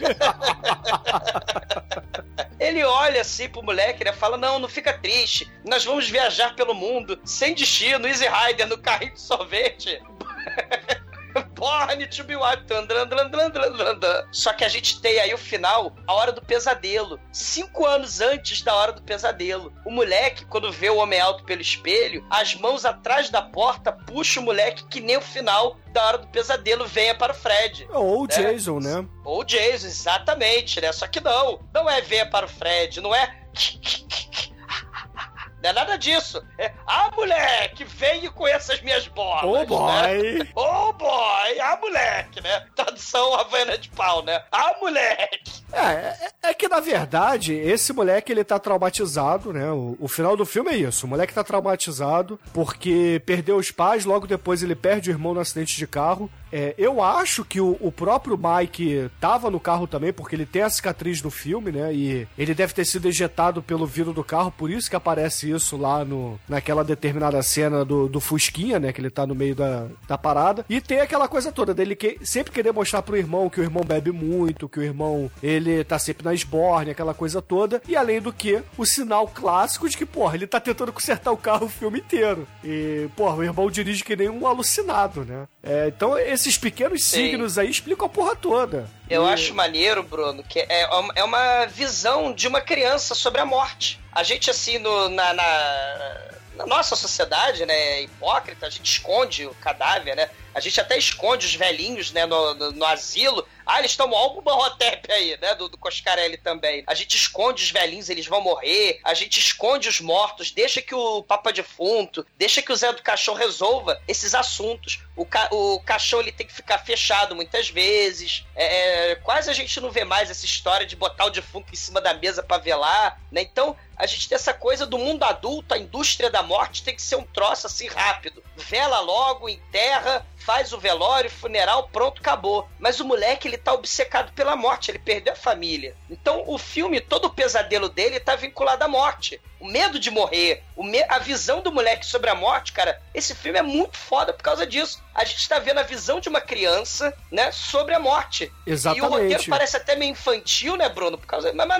Ele olha assim pro moleque, né? Fala, não fica triste. Nós vamos viajar pelo mundo, sem destino, Easy Rider, no carrinho de sorvete. Born to be wild. Só que a gente tem aí o final, a hora do pesadelo. 5 anos antes da hora do pesadelo. O moleque, quando vê o homem alto pelo espelho, as mãos atrás da porta puxa o moleque que nem o final da hora do pesadelo venha para o Fred. Ou o né? Jason, né? Ou o Jason, exatamente, né? Só que não é venha para o Fred, não é... Não é nada disso. É, moleque, vem e conheça as minhas bolas. Oh, boy. Né? Oh, boy. Moleque, né? Tradução Havaiana de pau, né? Moleque. É que, na verdade, esse moleque, ele tá traumatizado, né? O final do filme é isso. O moleque tá traumatizado porque perdeu os pais, logo depois ele perde o irmão no acidente de carro. Eu acho que o próprio Mike tava no carro também, porque ele tem a cicatriz no filme, né? E ele deve ter sido ejetado pelo vidro do carro, por isso que aparece isso lá naquela determinada cena do Fusquinha, né? Que ele tá no meio da parada. E tem aquela coisa toda dele sempre querer mostrar pro irmão que o irmão bebe muito, que o irmão, ele tá sempre na esbórnia, aquela coisa toda. E além do que, o sinal clássico de que, porra, ele tá tentando consertar o carro o filme inteiro. E, porra, o irmão dirige que nem um alucinado, né? Então, esses pequenos signos aí explicam a porra toda. Eu acho maneiro, Bruno, que é uma visão de uma criança sobre a morte. A gente, assim, na nossa sociedade, né, hipócrita, a gente esconde o cadáver, né? A gente até esconde os velhinhos, né, no asilo. Eles tomam álbum Barrotep aí, né, do Coscarelli também. A gente esconde os velhinhos, eles vão morrer. A gente esconde os mortos, deixa que o Papa Defunto, deixa que o Zé do Caixão resolva esses assuntos. O caixão, ele tem que ficar fechado muitas vezes. Quase a gente não vê mais essa história de botar o defunto em cima da mesa pra velar, né? Então, a gente tem essa coisa do mundo adulto, a indústria da morte tem que ser um troço assim rápido. Vela logo, enterra, faz o velório, funeral, pronto, acabou. Mas o moleque, ele tá obcecado pela morte, ele perdeu a família. Então, o filme, todo o pesadelo dele tá vinculado à morte. O medo de morrer, a visão do moleque sobre a morte, cara, esse filme é muito foda por causa disso. A gente tá vendo a visão de uma criança, né, sobre a morte. Exatamente. E o roteiro parece até meio infantil, né, Bruno? Mas não é.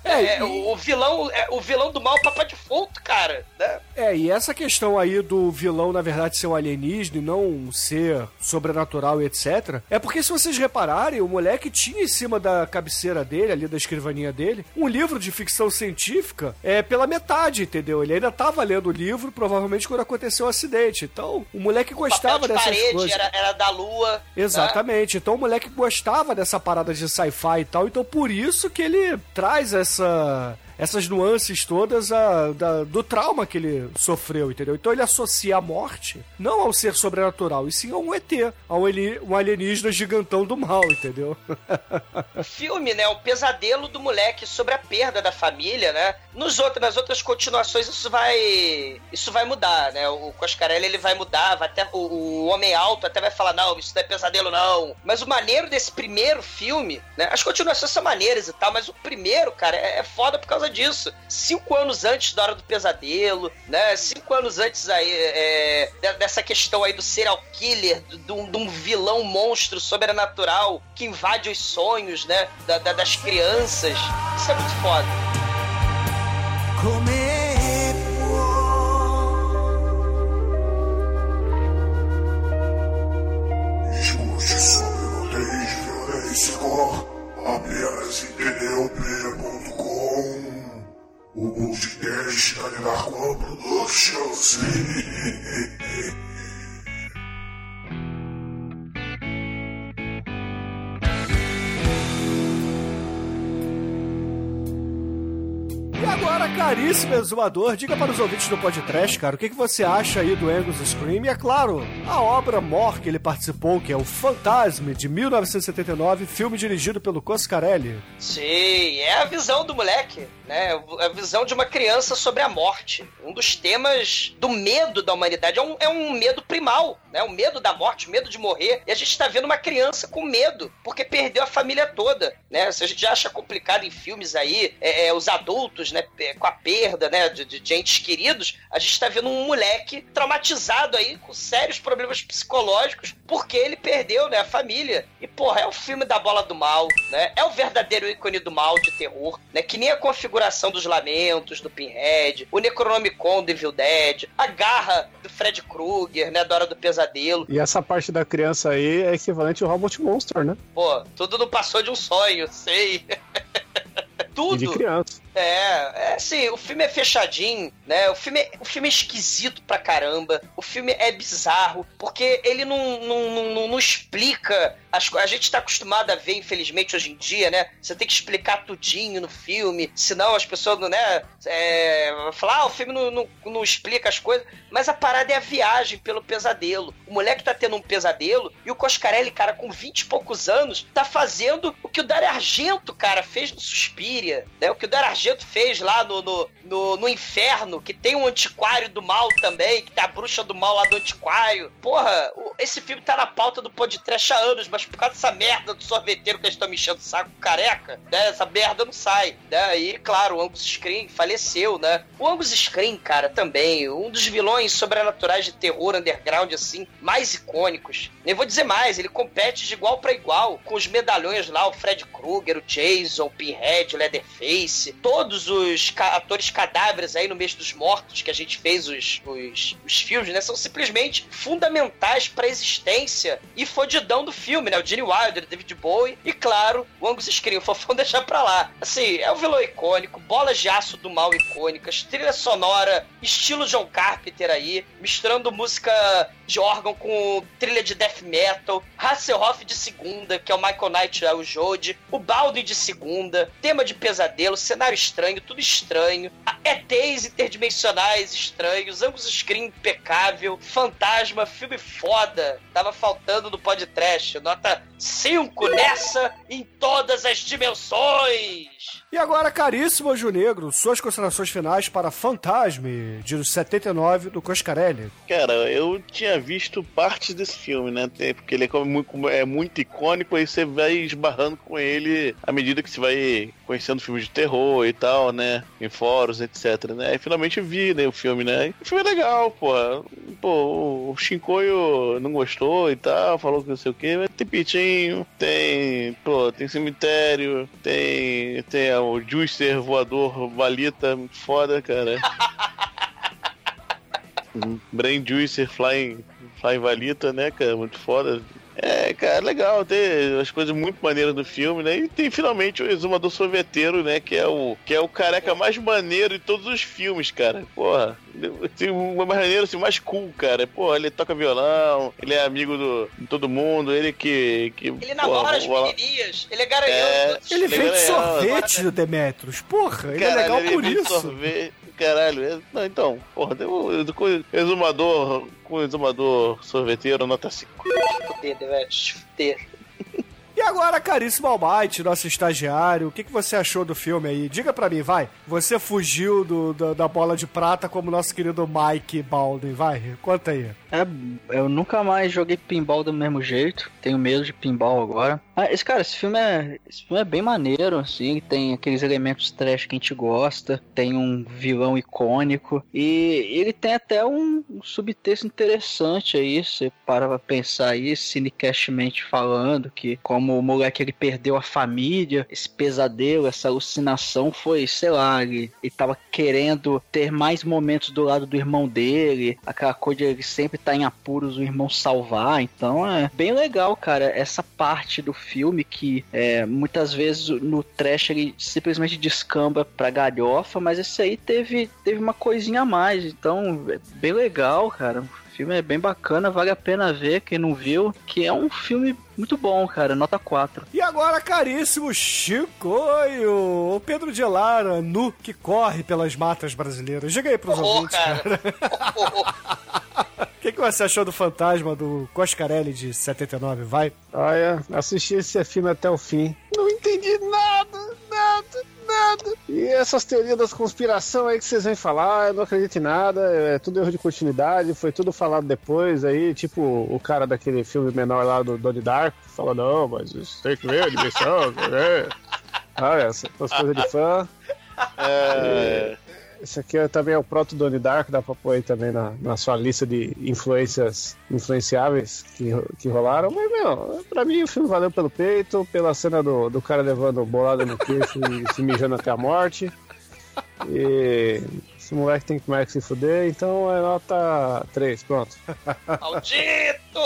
O vilão do mal é o Papai Default, cara, né? E essa questão aí do vilão, na verdade, ser um alienígena e não ser sobrenatural e etc. É porque, se vocês repararem, o moleque tinha em cima da cabeceira dele, ali da escrivaninha dele, um livro de ficção científica pela metade, entendeu? Ele ainda tava lendo o livro, provavelmente, quando aconteceu o acidente. Então, o moleque gostava dessas parede, coisas. Era da lua. Exatamente. Né? Então, o moleque gostava dessa parada de sci-fi e tal. Então, por isso que ele traz essas nuances todas do trauma que ele sofreu, entendeu? Então ele associa a morte não ao ser sobrenatural, e sim a um ET, a um alienígena gigantão do mal, entendeu? O filme, né, o pesadelo do moleque sobre a perda da família, né? Nas outras continuações isso vai mudar, né? O Coscarelli, ele vai mudar, vai até o Homem Alto até vai falar, não, isso não é pesadelo não. Mas o maneiro desse primeiro filme, né? As continuações são maneiras e tal, mas o primeiro, cara, é foda por causa disso. 5 anos antes da Hora do Pesadelo, né? 5 anos antes aí dessa questão aí do serial killer, de um vilão monstro sobrenatural que invade os sonhos, né? Das crianças. Isso é muito foda. Escute sobre nudez, violência e cor. Apenas entendeup.com. O podcast da Linarcon Productions. E agora, caríssimo exumador, diga para os ouvintes do podcast, cara, o que você acha aí do Angus Scream? E é claro, a obra maior que ele participou, que é o Fantasma, de 1979, filme dirigido pelo Coscarelli. Sim, é a visão do moleque, né? A visão de uma criança sobre a morte. Um dos temas do medo da humanidade. É um medo primal, né? O medo da morte, o medo de morrer. E a gente tá vendo uma criança com medo, porque perdeu a família toda, né? Se a gente acha complicado em filmes aí, os adultos, né, com a perda, né, de entes queridos, a gente tá vendo um moleque traumatizado aí, com sérios problemas psicológicos, porque ele perdeu, né, a família. E, porra, é o filme da bola do mal, né? É o verdadeiro ícone do mal, de terror, né? Que nem a configuração dos Lamentos, do Pinhead, o Necronomicon do Evil Dead, a garra do Fred Krueger, né, da Hora do Pesadelo. E essa parte da criança aí é equivalente ao Robot Monster, né? Pô, tudo não passou de um sonho, sei. Tudo. E de criança. Assim, o filme é fechadinho, né? O filme é esquisito pra caramba. O filme é bizarro, porque ele não explica as coisas. A gente tá acostumado a ver, infelizmente, hoje em dia, né? Você tem que explicar tudinho no filme, senão as pessoas, né? Vão falar, o filme não explica as coisas. Mas a parada é a viagem pelo pesadelo. O moleque tá tendo um pesadelo e o Coscarelli, cara, com 20 e poucos anos, tá fazendo o que o Dario Argento, cara, fez no Suspiria, né? O que o Dario Argento fez lá no Inferno, que tem um antiquário do mal também, que tem a bruxa do mal lá do antiquário. Porra, esse filme tá na pauta do podcast há anos, mas por causa dessa merda do sorveteiro que eles estão me enchendo o saco careca, né? Essa merda não sai, né? E, claro, o Angus Scream faleceu, né? O Angus Scream, cara, também, um dos vilões sobrenaturais de terror underground, assim, mais icônicos. Nem vou dizer mais, ele compete de igual pra igual com os medalhões lá, o Fred Krueger, o Jason, o Pinhead, o Leatherface, todos os atores cadáveres aí no mês dos mortos que a gente fez os filmes, né? São simplesmente fundamentais pra existência e fodidão do filme, né? O Gene Wilder, o David Bowie e, claro, o Angus Scream, o Fofão deixar pra lá. Assim, é um vilão icônico, bolas de aço do mal icônicas, trilha sonora, estilo John Carpenter aí, misturando música de órgão com trilha de death metal, Hasselhoff de segunda, que é o Michael Knight, é o Jode, o Baldwin de segunda, tema de pesadelo, cenário estranho, tudo estranho, ETs interdimensionais estranhos, Angus Scream impecável, fantasma, filme foda, tava faltando no podcast, nota 5 nessa, em todas as dimensões. E agora, caríssimo Anjo Negro, suas considerações finais para Fantasme, de 79, do Coscarelli. Cara, eu tinha visto partes desse filme, né? Porque ele é muito icônico, aí você vai esbarrando com ele à medida que você vai conhecendo filmes de terror e tal, né? Em fóruns, etc, né? E finalmente vi, né, o filme, né? E o filme é legal, pô. pô, o Shinkoio não gostou e tal, falou que não sei o que, mas tem pitinho, tem cemitério, tem o Juicer voador Valita, muito foda, cara. Brain Juicer Flying Valita, né, cara, muito foda. É, cara, legal, tem as coisas muito maneiras do filme, né? E tem finalmente o exumador sorveteiro, né? Que é o careca mais maneiro de todos os filmes, cara. Porra, tem uma maneira assim, mais cool, cara. Porra, ele toca violão, ele é amigo de todo mundo, ele que ele namora as menininhas, ele é garanhão. Ele vende sorvete, Demetrius. Porra, ele é legal por isso. Sorvete. Caralho, não, então, porra, tem o exumador sorveteiro, nota 5. E agora, caríssimo Almighty, nosso estagiário, o que você achou do filme aí? Diga pra mim, vai. Você fugiu da bola de prata como nosso querido Mike Baldwin, vai, conta aí. Eu nunca mais joguei pinball do mesmo jeito, tenho medo de pinball agora. Esse filme é bem maneiro, assim, tem aqueles elementos trash que a gente gosta, tem um vilão icônico, e ele tem até um subtexto interessante aí, você para pra pensar aí, cinecastmente falando, que como o moleque ele perdeu a família, esse pesadelo, essa alucinação foi, sei lá, ele tava querendo ter mais momentos do lado do irmão dele, aquela coisa de ele sempre tá em apuros o irmão salvar, então é bem legal, cara, essa parte do filme que muitas vezes no trash ele simplesmente descamba pra galhofa, mas esse aí teve uma coisinha a mais, então é bem legal, cara. O filme é bem bacana, vale a pena ver, quem não viu, que é um filme muito bom, cara, nota 4. E agora, caríssimo Shinkoio, o Pedro de Lara, nu que corre pelas matas brasileiras. Diga aí pros ouvintes, cara. O que você achou do Fantasma do Coscarelli de 79, vai? Olha, assisti esse filme até o fim. Não entendi nada. E essas teorias das conspiração aí que vocês vêm falar, eu não acredito em nada, é tudo erro de continuidade, foi tudo falado depois aí, tipo o cara daquele filme menor lá do Donnie Darko, fala, não, mas isso tem que ver a dimensão, olha, essas coisas de fã. Esse aqui também é o proto Donnie Darko, dá pra pôr aí também na sua lista de influenciáveis que rolaram. Mas, pra mim o filme valeu pelo peito, pela cena do cara levando bolada no queixo e se mijando até a morte. E esse moleque tem que mais que se fuder, então é nota 3, pronto. Maldito!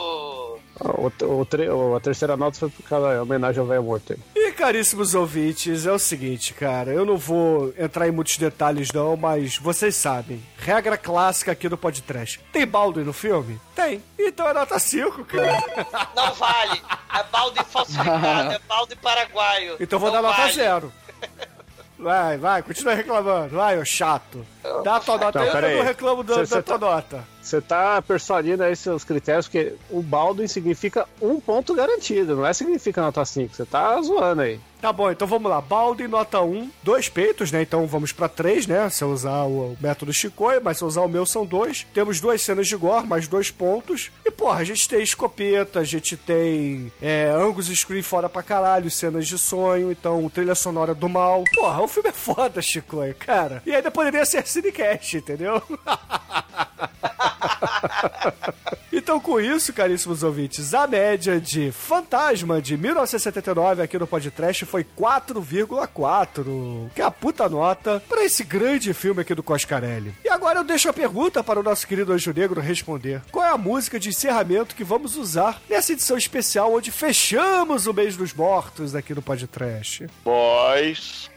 A terceira nota foi por causa da homenagem ao velho morto. E, caríssimos ouvintes, é o seguinte, cara, eu não vou entrar em muitos detalhes não, mas vocês sabem, regra clássica aqui do podcast. Tem Baldwin no filme? Tem. Então é nota 5, cara. Não vale. É Baldwin falsificado, é Baldwin paraguaio. Então vou dar nota 0. Vai, continua reclamando. Vai, ô chato. Dá a tua nota. Não, eu não reclamo da tua nota. Você tá persuadindo aí seus critérios, porque o Baldwin significa 1 ponto garantido, não significa nota 5. Você tá zoando aí. Tá bom, então vamos lá. Baldwin, nota 1, 2 peitos, né? Então vamos pra 3, né? Se eu usar o método Shinkoio, mas se eu usar o meu são 2. Temos 2 cenas de gore, mais 2 pontos. E, porra, a gente tem escopeta, a gente tem Angus Scream fora pra caralho, cenas de sonho, então trilha sonora do mal. Porra, o filme é foda, Shinkoio, cara. E ainda poderia ser cinecast, entendeu? Então, com isso, caríssimos ouvintes, a média de Fantasma de 1979 aqui no podcast foi 4,4, que é a puta nota pra esse grande filme aqui do Coscarelli. E agora eu deixo a pergunta para o nosso querido Anjo Negro responder. Qual é a música de encerramento que vamos usar nessa edição especial onde fechamos o mês dos mortos aqui no podcast? Boys.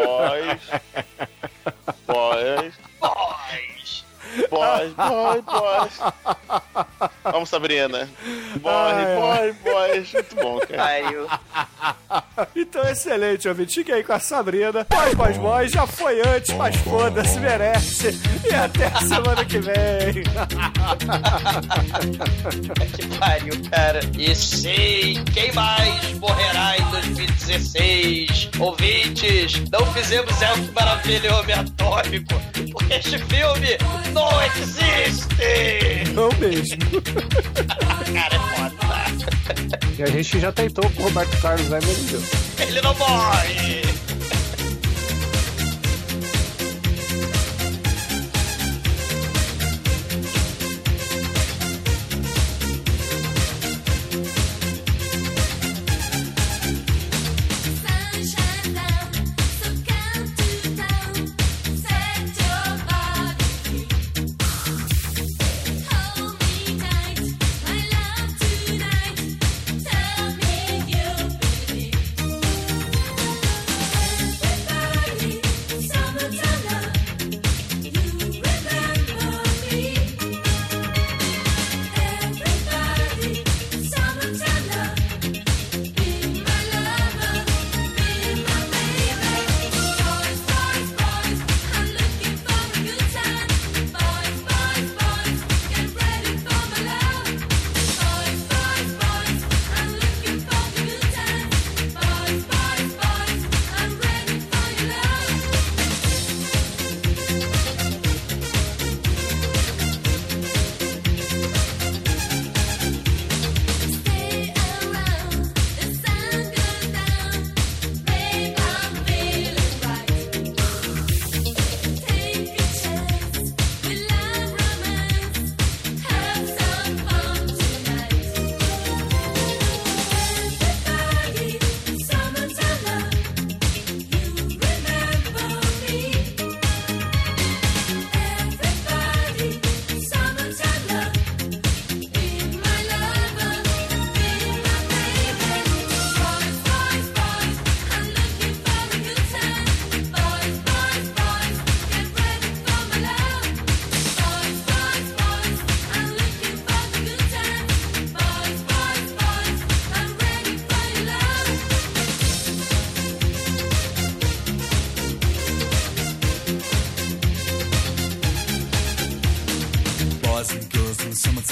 Vamos, Sabrina. Boys. Muito bom, cara. Então, excelente, ouvinte. Fique aí com a Sabrina. Boys. Já foi antes, mas foda-se, merece. E até a semana que vem. Que pariu, cara. E sim, quem mais morrerá em 2016? Ouvintes, não fizemos Elfo Maravilha e Homem Atômico, porque este filme não existe! Não mesmo. Cara, é foda. E a gente já tentou com o Roberto Carlos, né, meu Deus? Ele não morre!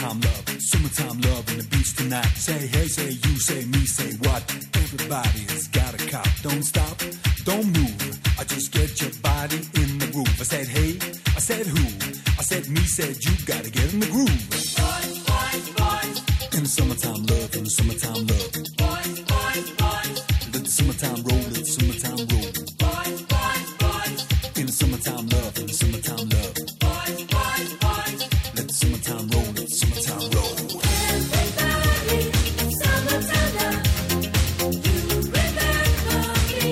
summertime love and the beach tonight. Say hey, say you, say me, say what? Everybody's got a cop. Don't stop, don't move. I just get your body in the groove. I said hey, I said who? I said me, said you. Gotta get in the groove. Boys, boys, boys. In the summertime love, in the summertime love. Boys, boys, boys. Let the summertime roll, let the summertime roll. Boys, boys, boys. In the summertime love, in the summertime love. Boys, boys, boys. Let the summertime roll, let the summertime roll. Everybody, summertime love. You remember me.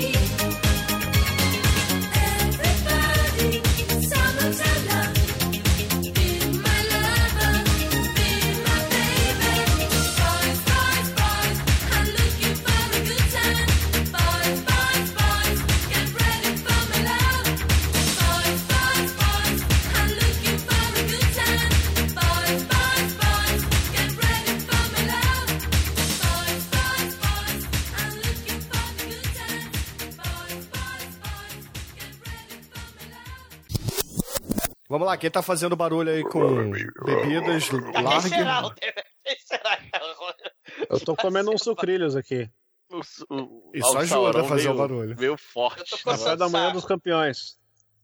Everybody, summertime love. Be my lover, be my baby. Boys, boys, boys, I'm looking for a good time. Boys, boys, boys, get ready for my love. Boys, boys, boys, I'm looking for a good time. Boys, boys, boys, get ready for my love. Boys, boys, boys, I'm looking for a good time. Boys, boys, boys, get ready for my love. Vamos lá, quem tá fazendo barulho aí com bebidas, Quem largue. será? Quem será? Eu tô comendo uns sucrilhos aqui. Isso ajuda a fazer o barulho. Veio Eu forte. tô Café coçando da o manhã saco. dos campeões.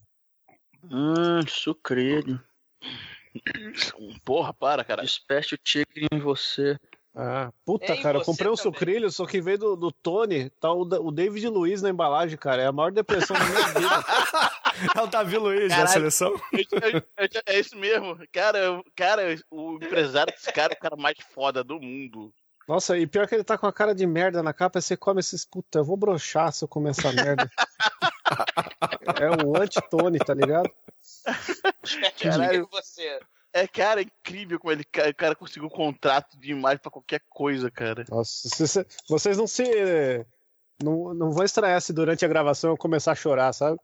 Sucrilho. Porra, para, cara. Desperte o tigre em você. Ah, puta, Ei, cara, eu você comprei um também. sucrilho, só que veio do Tony, tá o David Luiz na embalagem, cara. É a maior depressão da minha vida. É o Davi Luiz da Caralho. seleção. É isso mesmo. Cara, o empresário desse cara é o cara mais foda do mundo. Nossa, e pior que ele tá com a cara de merda na capa, você come esses. Puta, eu vou broxar se eu comer essa merda. É o anti-Tony, tá ligado? Desperte Caralho. com você. Cara, é incrível como o cara conseguiu um contrato de imagem pra qualquer coisa, cara. Nossa, vocês não se. Não vão estranhar se durante a gravação eu começar a chorar, sabe?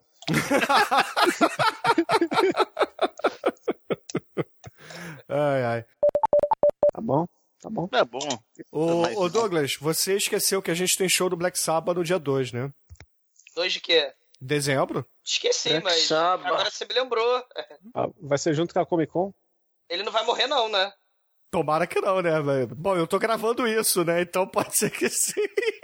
Ai, ai. Tá bom, tá bom. Tá bom. Ô Douglas, você esqueceu que a gente tem show do Black Sabbath no dia 2, né? 2 de quê? Dezembro? Esqueci, Black mas Sabbath. agora você me lembrou. Ah, vai ser junto com a Comic Con? Ele não vai morrer não, né? Tomara que não, né? Mas, bom, eu tô gravando isso, né? Então pode ser que sim.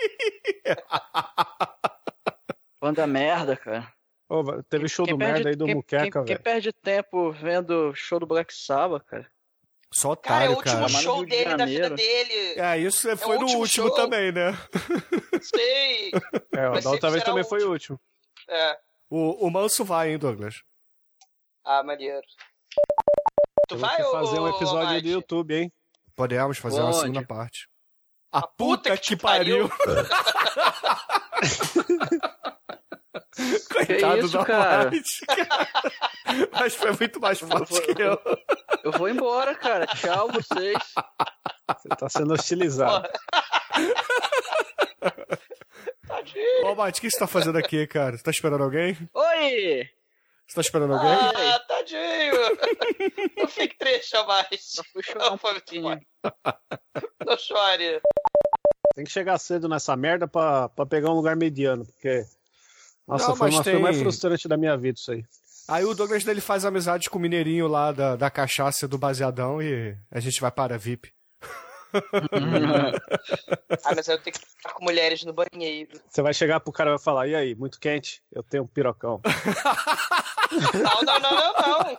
Banda merda, cara. Ô, teve show do perde- merda aí do Muqueca, quem velho. perde tempo vendo show do Black Sabbath, cara? Só Cara, é o otário, último cara. Mas no show Rio de dele, da vida Janeiro. dele. É, isso foi no último último show. também, né? Sei. É, Mas da outra sempre vez será também o foi o último. É. O Manso vai, hein, Douglas? Ah, maneiro. Tu Temos vai que ou fazer um episódio Mate? do YouTube, hein? Podemos fazer uma Pode. segunda parte. A puta puta que que te pariu. pariu! Que Coitado isso, da cara? White. Mas foi muito mais forte que eu. Eu vou embora, cara. Tchau, vocês. Você tá sendo hostilizado. Tadinho. Ô, Mate, o que você tá fazendo aqui, cara? Você tá esperando alguém? Oi! Você tá esperando alguém? Ah, tadinho. Não fique triste mais. Só fui chorar um Não, foi muito pouquinho. forte. Não chore. Tem que chegar cedo nessa merda pra pegar um lugar mediano, porque. Nossa, Não, foi mas uma coisa tem- mais frustrante da minha vida isso aí. Aí o Douglas dele faz amizade com o mineirinho lá da cachaça do baseadão e a gente vai para a VIP. Ah, mas eu tenho que ficar com mulheres no banheiro. Você vai chegar pro cara e vai falar: e aí, muito quente? Eu tenho um pirocão. Não.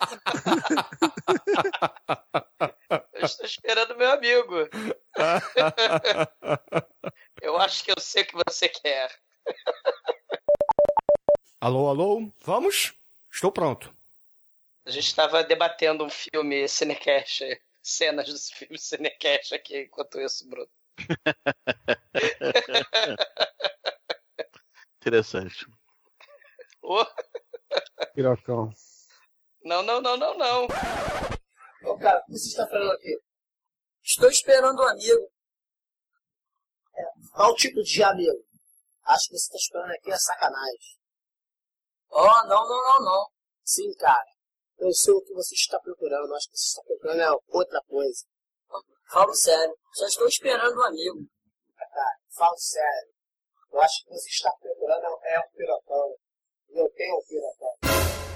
Eu estou esperando meu amigo. Eu acho que eu sei o que você quer. Alô, alô? Vamos? Estou pronto. A gente estava debatendo um filme Cinecast, cenas do filme Cinecast aqui, enquanto isso, Bruno. Interessante. Oh, Pirocão. não. Ô, cara, o que você está falando aqui? Estou esperando um amigo. Qual tipo de amigo? Acho que você está esperando aqui é sacanagem. Oh, não. Sim, cara. Eu sei o que você está procurando. Acho que você está procurando é outra coisa. Falo sério. Só estou esperando um amigo. Cara, falo sério. Eu acho que você está procurando é um pirocão. E eu tenho um pirocão.